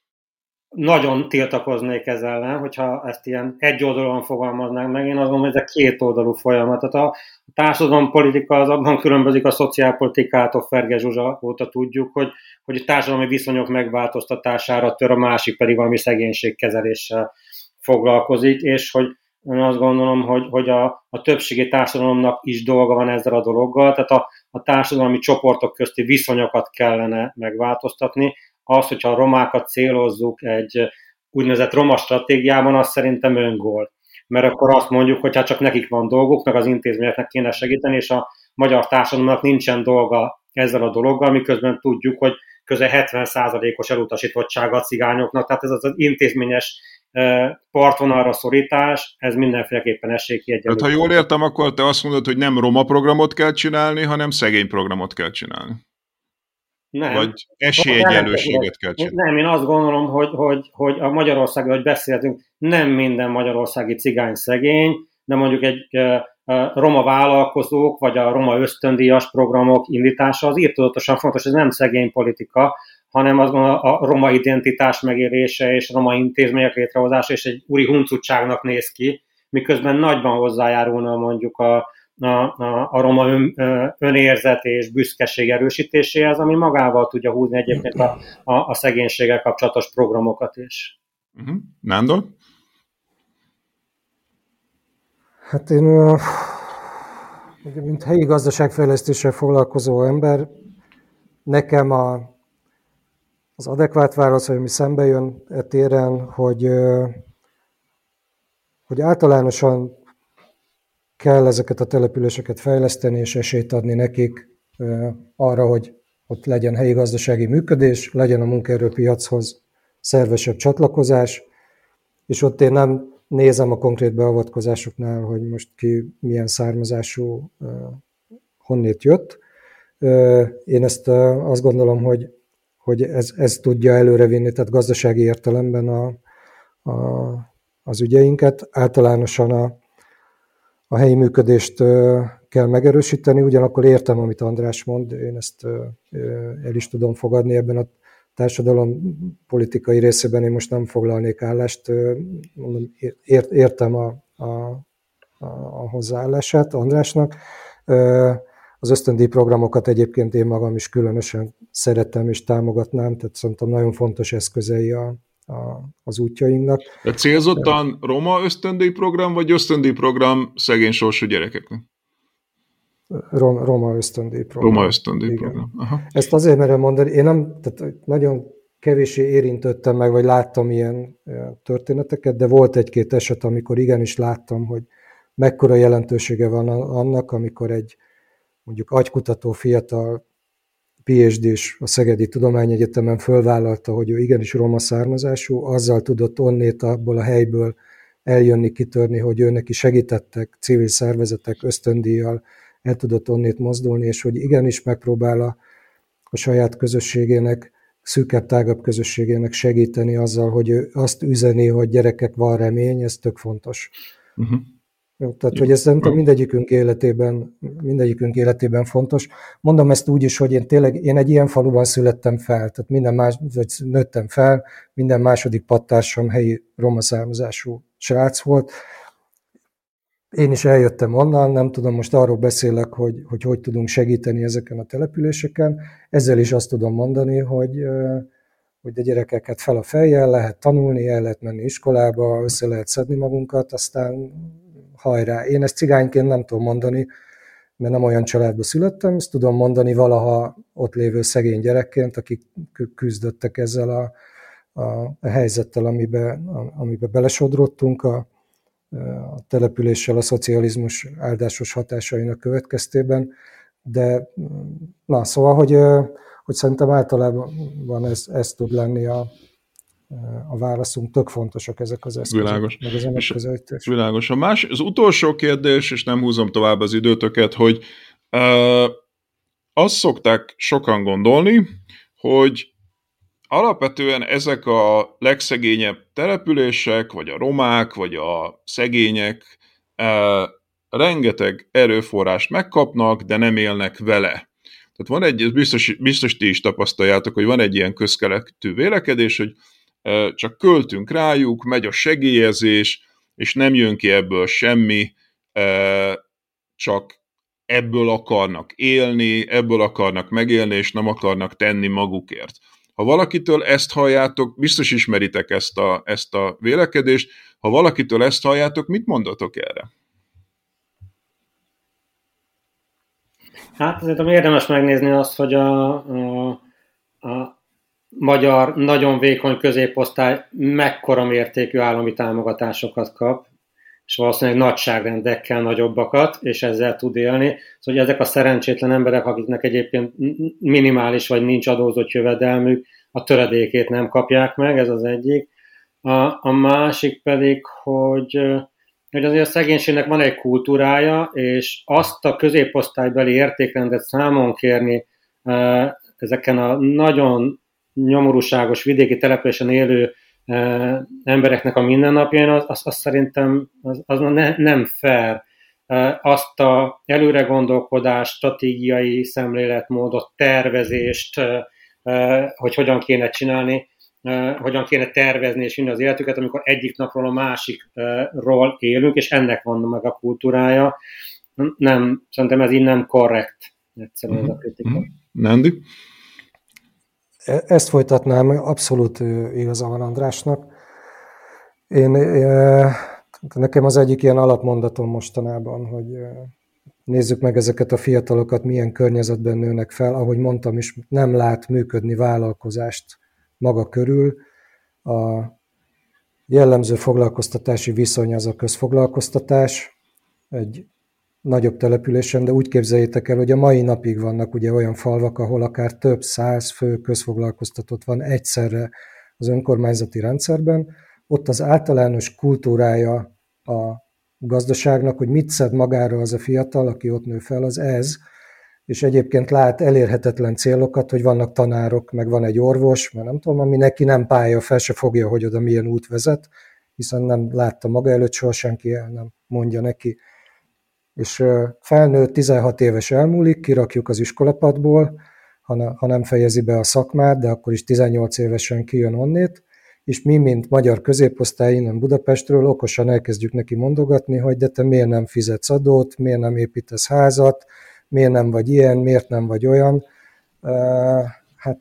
[SPEAKER 7] Nagyon
[SPEAKER 5] tiltakoznék ezzel ellen, hogyha ezt ilyen egy oldalon fogalmaznánk meg. Én azt mondom, hogy ez a két oldalú folyamat. Tehát a társadalompolitika az abban különbözik a szociálpolitikától, Ferge Zsuzsa óta tudjuk, hogy, hogy a társadalmi viszonyok megváltoztatására tör, a másik pedig valami szegénységkezeléssel foglalkozik, és hogy én azt gondolom, hogy, hogy a, a többségi társadalomnak is dolga van ezzel a dologgal, tehát a, a társadalmi csoportok közti viszonyokat kellene megváltoztatni. Az, hogyha a romákat célozzuk egy úgynevezett roma stratégiában, az szerintem öngól. Mert akkor azt mondjuk, hogy hát csak nekik van dolguk, meg az intézményeknek kéne segíteni, és a magyar társadalomnak nincsen dolga ezzel a dologgal, miközben tudjuk, hogy közel hetven százalékos elutasítottsága a cigányoknak, tehát ez az intézményes partvonalra szorítás, ez mindenféleképpen esélykiegyenlítés.
[SPEAKER 7] Tehát ha jól értem, akkor te azt mondod, hogy nem roma programot kell csinálni, hanem szegény programot kell csinálni.
[SPEAKER 5] Nem.
[SPEAKER 7] Vagy esélyegyenlőséget kell csinálni.
[SPEAKER 5] Nem, én azt gondolom, hogy, hogy, hogy a Magyarországról, hogy beszéltünk, nem minden magyarországi cigány szegény, de mondjuk egy a roma vállalkozók, vagy a roma ösztöndíjas programok indítása az írtózatosan fontos, ez nem szegény politika, hanem azt gondolom a roma identitás megélése és roma intézmények létrehozása és egy úri huncutságnak néz ki, miközben nagyban hozzájárulna mondjuk a, a, a, a roma ön, önérzet és büszkeség erősítéséhez, ami magával tudja húzni egyébként a, a, a szegénységgel kapcsolatos programokat is.
[SPEAKER 7] Uh-huh. Nándor?
[SPEAKER 6] Hát én, mint helyi gazdaságfejlesztéssel foglalkozó ember, nekem a, az adekvát válasz, ami szembe jön e téren, hogy, hogy általánosan kell ezeket a településeket fejleszteni, és esélyt adni nekik arra, hogy ott legyen helyi gazdasági működés, legyen a munkaerőpiachoz szervesebb csatlakozás, és ott én nem nézem a konkrét beavatkozásoknál, hogy most ki milyen származású, honnét jött. Én ezt azt gondolom, hogy, hogy ez, ez tudja előrevinni, tehát gazdasági értelemben a, a, az ügyeinket. Általánosan a, a helyi működést kell megerősíteni, ugyanakkor értem, amit András mond, én ezt el is tudom fogadni ebben a társadalom politikai részében, én most nem foglalnék állást, mondom, értem a, a, a hozzáállását Andrásnak. Az ösztöndíj programokat egyébként én magam is különösen szeretem és támogatnám, tehát szerintem nagyon fontos eszközei a, a, az útjainknak.
[SPEAKER 7] De célzottan roma ösztöndíj program, vagy ösztöndíj program szegény sorsú gyerekeknek?
[SPEAKER 6] Roma, roma ösztöndíj program.
[SPEAKER 7] Roma ösztöndíj program. Aha.
[SPEAKER 6] Ezt azért merem mondani, én nem, tehát nagyon kevéssé érintettem meg, vagy láttam ilyen történeteket, de volt egy-két eset, amikor igenis láttam, hogy mekkora jelentősége van annak, amikor egy mondjuk agykutató fiatal pé há dés a Szegedi Tudományegyetemen fölvállalta, hogy ő igenis roma származású, azzal tudott onnét abból a helyből eljönni, kitörni, hogy ő neki segítettek civil szervezetek ösztöndíjjal, el tudott onnét mozdulni, és hogy igenis megpróbál a, a saját közösségének, szűkebb, tágabb közösségének segíteni azzal, hogy ő azt üzeni, hogy gyerekek, van remény, ez tök fontos. Uh-huh. Jó, tehát, hogy ez szerintem mindegyikünk életében, mindegyikünk életében fontos. Mondom ezt úgy is, hogy én tényleg, én egy ilyen faluban születtem fel, tehát minden más, vagy nőttem fel, minden második pattársam helyi roma származású srác volt. Én is eljöttem onnan, nem tudom, most arról beszélek, hogy, hogy hogy tudunk segíteni ezeken a településeken. Ezzel is azt tudom mondani, hogy, hogy a gyerekeket fel a fejjel, lehet tanulni, el lehet menni iskolába, össze lehet szedni magunkat, aztán hajrá. Én ezt cigányként nem tudom mondani, mert nem olyan családba születtem, ezt tudom mondani valaha ott lévő szegény gyerekként, akik küzdöttek ezzel a, a, a helyzettel, amiben, amiben belesodródtunk a, a településsel, a szocializmus áldásos hatásainak következtében, de na, szóval, hogy, hogy szerintem általában ez, ez tud lenni a, a válaszunk, tök fontosak ezek az eszközök.
[SPEAKER 7] Világos.
[SPEAKER 6] Meg az megközelítés.
[SPEAKER 7] Világos. A más, az utolsó kérdés, és nem húzom tovább az időtöket, hogy uh, azt szokták sokan gondolni, hogy alapvetően ezek a legszegényebb települések, vagy a romák, vagy a szegények uh, rengeteg erőforrást megkapnak, de nem élnek vele. Tehát van egy, biztos, biztos ti is tapasztaljátok, hogy van egy ilyen közkeletű vélekedés, hogy csak költünk rájuk, megy a segélyezés, és nem jön ki ebből semmi, csak ebből akarnak élni, ebből akarnak megélni, és nem akarnak tenni magukért. Ha valakitől ezt halljátok, biztos ismeritek ezt a, ezt a vélekedést, ha valakitől ezt halljátok, mit mondatok erre?
[SPEAKER 5] Hát azért érdemes megnézni azt, hogy a, a, a magyar nagyon vékony középosztály mekkora mértékű állami támogatásokat kap, és valószínűleg nagyságrendekkel nagyobbakat, és ezzel tud élni. Szóval hogy ezek a szerencsétlen emberek, akiknek egyébként minimális vagy nincs adózott jövedelmük, a töredékét nem kapják meg, ez az egyik. A, a másik pedig, hogy, hogy azért a szegénységnek van egy kultúrája, és azt a középosztálybeli értékrendet számon kérni ezeken a nagyon nyomorúságos vidéki településen élő e, embereknek a mindennapjain, az, az, az szerintem az, az ne, nem fair. E, azt a előre gondolkodást, stratégiai szemléletmódot, tervezést, e, hogy hogyan kéne csinálni, hogyan kéne tervezni és vinni az életüket, amikor egyik napról a másikról élünk, és ennek van meg a kultúrája. Nem, szerintem ez így nem korrekt. Egyszerűen uh-huh. ez a kritika. Uh-huh.
[SPEAKER 7] Nandi?
[SPEAKER 6] Ezt folytatnám, abszolút igaza van Andrásnak. Én, nekem az egyik ilyen alapmondatom mostanában, hogy nézzük meg ezeket a fiatalokat, milyen környezetben nőnek fel. Ahogy mondtam is, nem lát működni vállalkozást maga körül. A jellemző foglalkoztatási viszony az a közfoglalkoztatás egy nagyobb településen, de úgy képzeljétek el, hogy a mai napig vannak ugye olyan falvak, ahol akár több száz fő közfoglalkoztatott van egyszerre az önkormányzati rendszerben. Ott az általános kultúrája a gazdaságnak, hogy mit szed magára az a fiatal, aki ott nő fel, az ez, és egyébként lát elérhetetlen célokat, hogy vannak tanárok, meg van egy orvos, mert nem tudom, ami neki nem pálya, fel se fogja, hogy oda milyen út vezet, hiszen nem látta maga előtt, soha senki el nem mondja neki. És felnőtt, tizenhat éves elmúlik, kirakjuk az iskolapadból, ha nem fejezi be a szakmát, de akkor is tizennyolc évesen kijön onnét, és mi, mint magyar középosztály innen Budapestről okosan elkezdjük neki mondogatni, hogy de te miért nem fizetsz adót, miért nem építesz házat, miért nem vagy ilyen, miért nem vagy olyan. Hát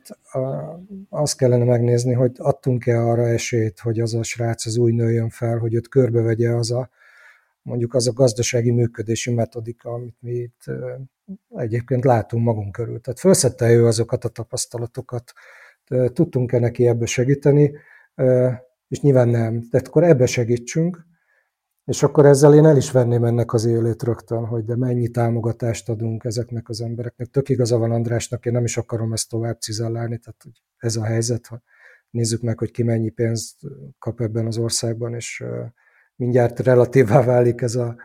[SPEAKER 6] azt kellene megnézni, hogy adtunk-e arra esélyt, hogy az a srác az új nőjön fel, hogy őt körbevegye az a, mondjuk az a gazdasági működési metodika, amit mi itt egyébként látunk magunk körül. Tehát felszedte ő azokat a tapasztalatokat, tudtunk-e neki ebbe segíteni, és nyilván nem. Tehát akkor ebbe segítsünk, és akkor ezzel én el is venném ennek az élét rögtön, hogy de mennyi támogatást adunk ezeknek az embereknek. Tök igaza van Andrásnak, én nem is akarom ezt tovább cizellálni, tehát hogy ez a helyzet, ha nézzük meg, hogy ki mennyi pénzt kap ebben az országban, és mindjárt relatívá válik ez a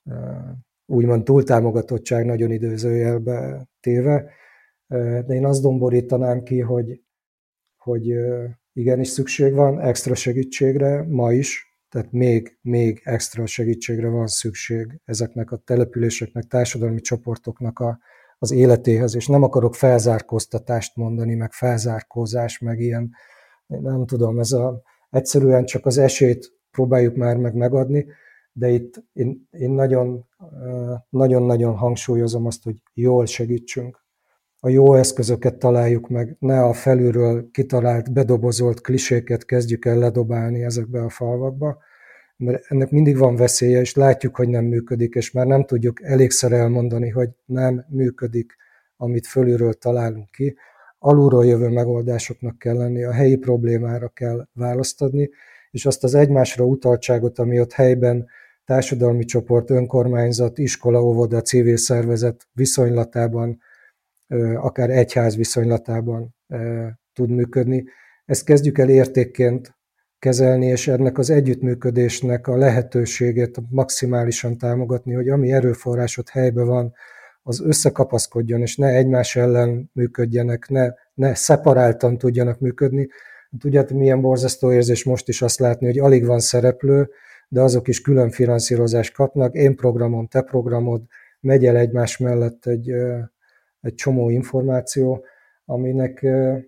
[SPEAKER 6] úgymond túltámogatottság nagyon időzőjelbe téve. De én azt domborítanám ki, hogy, hogy igenis szükség van extra segítségre ma is, tehát még, még extra segítségre van szükség ezeknek a településeknek, társadalmi csoportoknak a, az életéhez, és nem akarok felzárkóztatást mondani, meg felzárkózás, meg ilyen, nem tudom, ez a, egyszerűen csak az esélyt próbáljuk már meg megadni, de itt én, én nagyon, nagyon-nagyon hangsúlyozom azt, hogy jól segítsünk. A jó eszközöket találjuk meg, ne a felülről kitalált, bedobozolt kliséket kezdjük el ledobálni ezekbe a falvakba, mert ennek mindig van veszélye, és látjuk, hogy nem működik, és már nem tudjuk elégszer elmondani, hogy nem működik, amit fölülről találunk ki. Alulról jövő megoldásoknak kell lenni, a helyi problémára kell választ adni, és azt az egymásra utaltságot, ami ott helyben társadalmi csoport, önkormányzat, iskola, óvoda, civil szervezet viszonylatában, akár egyház viszonylatában tud működni. Ezt kezdjük el értékként kezelni, és ennek az együttműködésnek a lehetőségét maximálisan támogatni, hogy ami erőforrásod helyben van, az összekapaszkodjon, és ne egymás ellen működjenek, ne, ne szeparáltan tudjanak működni. Tudjátok, milyen borzasztó érzés most is azt látni, hogy alig van szereplő, de azok is külön finanszírozást kapnak, én programom, te programod, megy el egymás mellett egy, egy csomó információ, aminek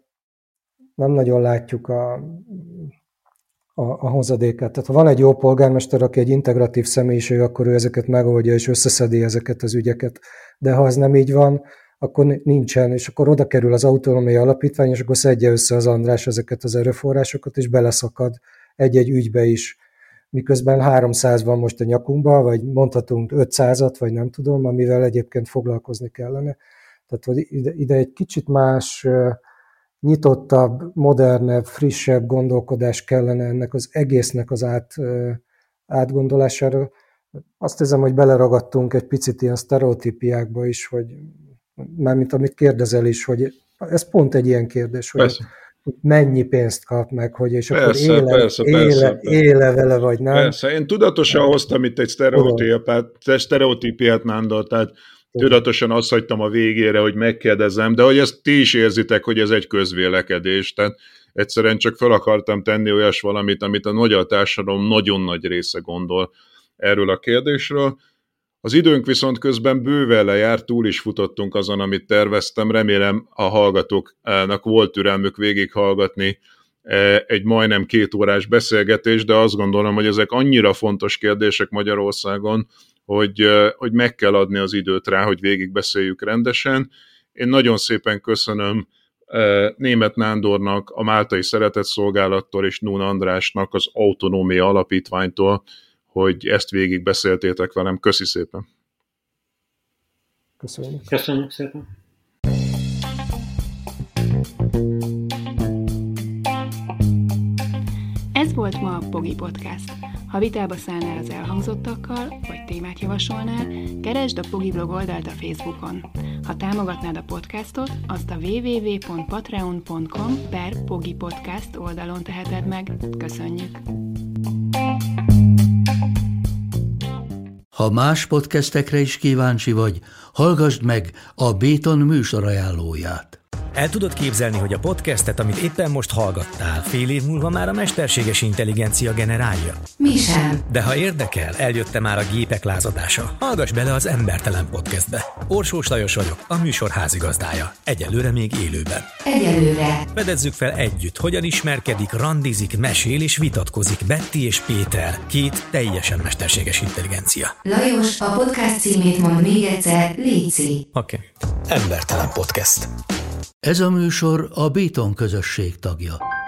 [SPEAKER 6] nem nagyon látjuk a, a, a hozadékát. Tehát ha van egy jó polgármester, aki egy integratív személyiség, akkor ő ezeket megoldja és összeszedi ezeket az ügyeket. De ha ez nem így van, akkor nincsen, és akkor oda kerül az autonómia alapítvány, és akkor szedje össze az András ezeket az erőforrásokat, és beleszakad egy-egy ügybe is. Miközben háromszáz van most a nyakunkban, vagy mondhatunk ötszázat, vagy nem tudom, amivel egyébként foglalkozni kellene. Tehát hogy ide, ide egy kicsit más, nyitottabb, modernebb, frissebb gondolkodás kellene ennek az egésznek az át, átgondolására. Azt hiszem, hogy beleragadtunk egy picit ilyen sztereotípiákba is, hogy mármint amit kérdezel is, hogy ez pont egy ilyen kérdés, hogy, hogy mennyi pénzt kap meg, hogy és
[SPEAKER 7] persze,
[SPEAKER 6] akkor éle,
[SPEAKER 7] persze,
[SPEAKER 6] éle,
[SPEAKER 7] persze,
[SPEAKER 6] éle vele, vagy nem.
[SPEAKER 7] Persze, én tudatosan hoztam itt egy sztereotípiát, sztereotípiát Nándor, tehát tudatosan azt hagytam a végére, hogy megkérdezem, de hogy ezt ti is érzitek, hogy ez egy közvélekedés, tehát egyszerűen csak fel akartam tenni olyas valamit, amit a magyar társadalom nagyon nagy része gondol erről a kérdésről. Az időnk viszont közben bőven lejárt, túl is futottunk azon, amit terveztem. Remélem a hallgatóknak volt türelmük végighallgatni egy majdnem két órás beszélgetés, de azt gondolom, hogy ezek annyira fontos kérdések Magyarországon, hogy, hogy meg kell adni az időt rá, hogy végigbeszéljük rendesen. Én nagyon szépen köszönöm Németh Nándornak, a Máltai Szeretetszolgálattól és Nun Andrásnak az Autonómia Alapítványtól, hogy ezt végig beszéltétek velem. Köszi szépen!
[SPEAKER 6] Köszönjük!
[SPEAKER 5] Köszönjük szépen!
[SPEAKER 3] Ez volt ma a Pogi Podcast. Ha vitába szállnál az elhangzottakkal, vagy témát javasolnál, keresd a Pogi blog oldalt a Facebookon. Ha támogatnád a podcastot, azt a double-u double-u double-u pont patreon pont com per Pogi Podcast oldalon teheted meg. Köszönjük!
[SPEAKER 1] Ha más podcastekre is kíváncsi vagy, hallgassd meg a Béton műsor ajánlóját.
[SPEAKER 8] El tudod képzelni, hogy a podcastet, amit éppen most hallgattál, fél év múlva már a mesterséges intelligencia generálja?
[SPEAKER 9] Mi sem.
[SPEAKER 8] De ha érdekel, eljött már a gépek lázadása. Hallgass bele az Embertelen Podcastbe. Orsós Lajos vagyok, a műsor házigazdája. Egyelőre még élőben.
[SPEAKER 9] Egyelőre.
[SPEAKER 8] Fedezzük fel együtt, hogyan ismerkedik, randizik, mesél és vitatkozik Betty és Péter, két teljesen mesterséges intelligencia.
[SPEAKER 9] Lajos, a podcast címét mond még egyszer, léci.
[SPEAKER 8] Oké. Okay. Embertelen Podcast.
[SPEAKER 1] Ez a műsor a Béton közösség tagja.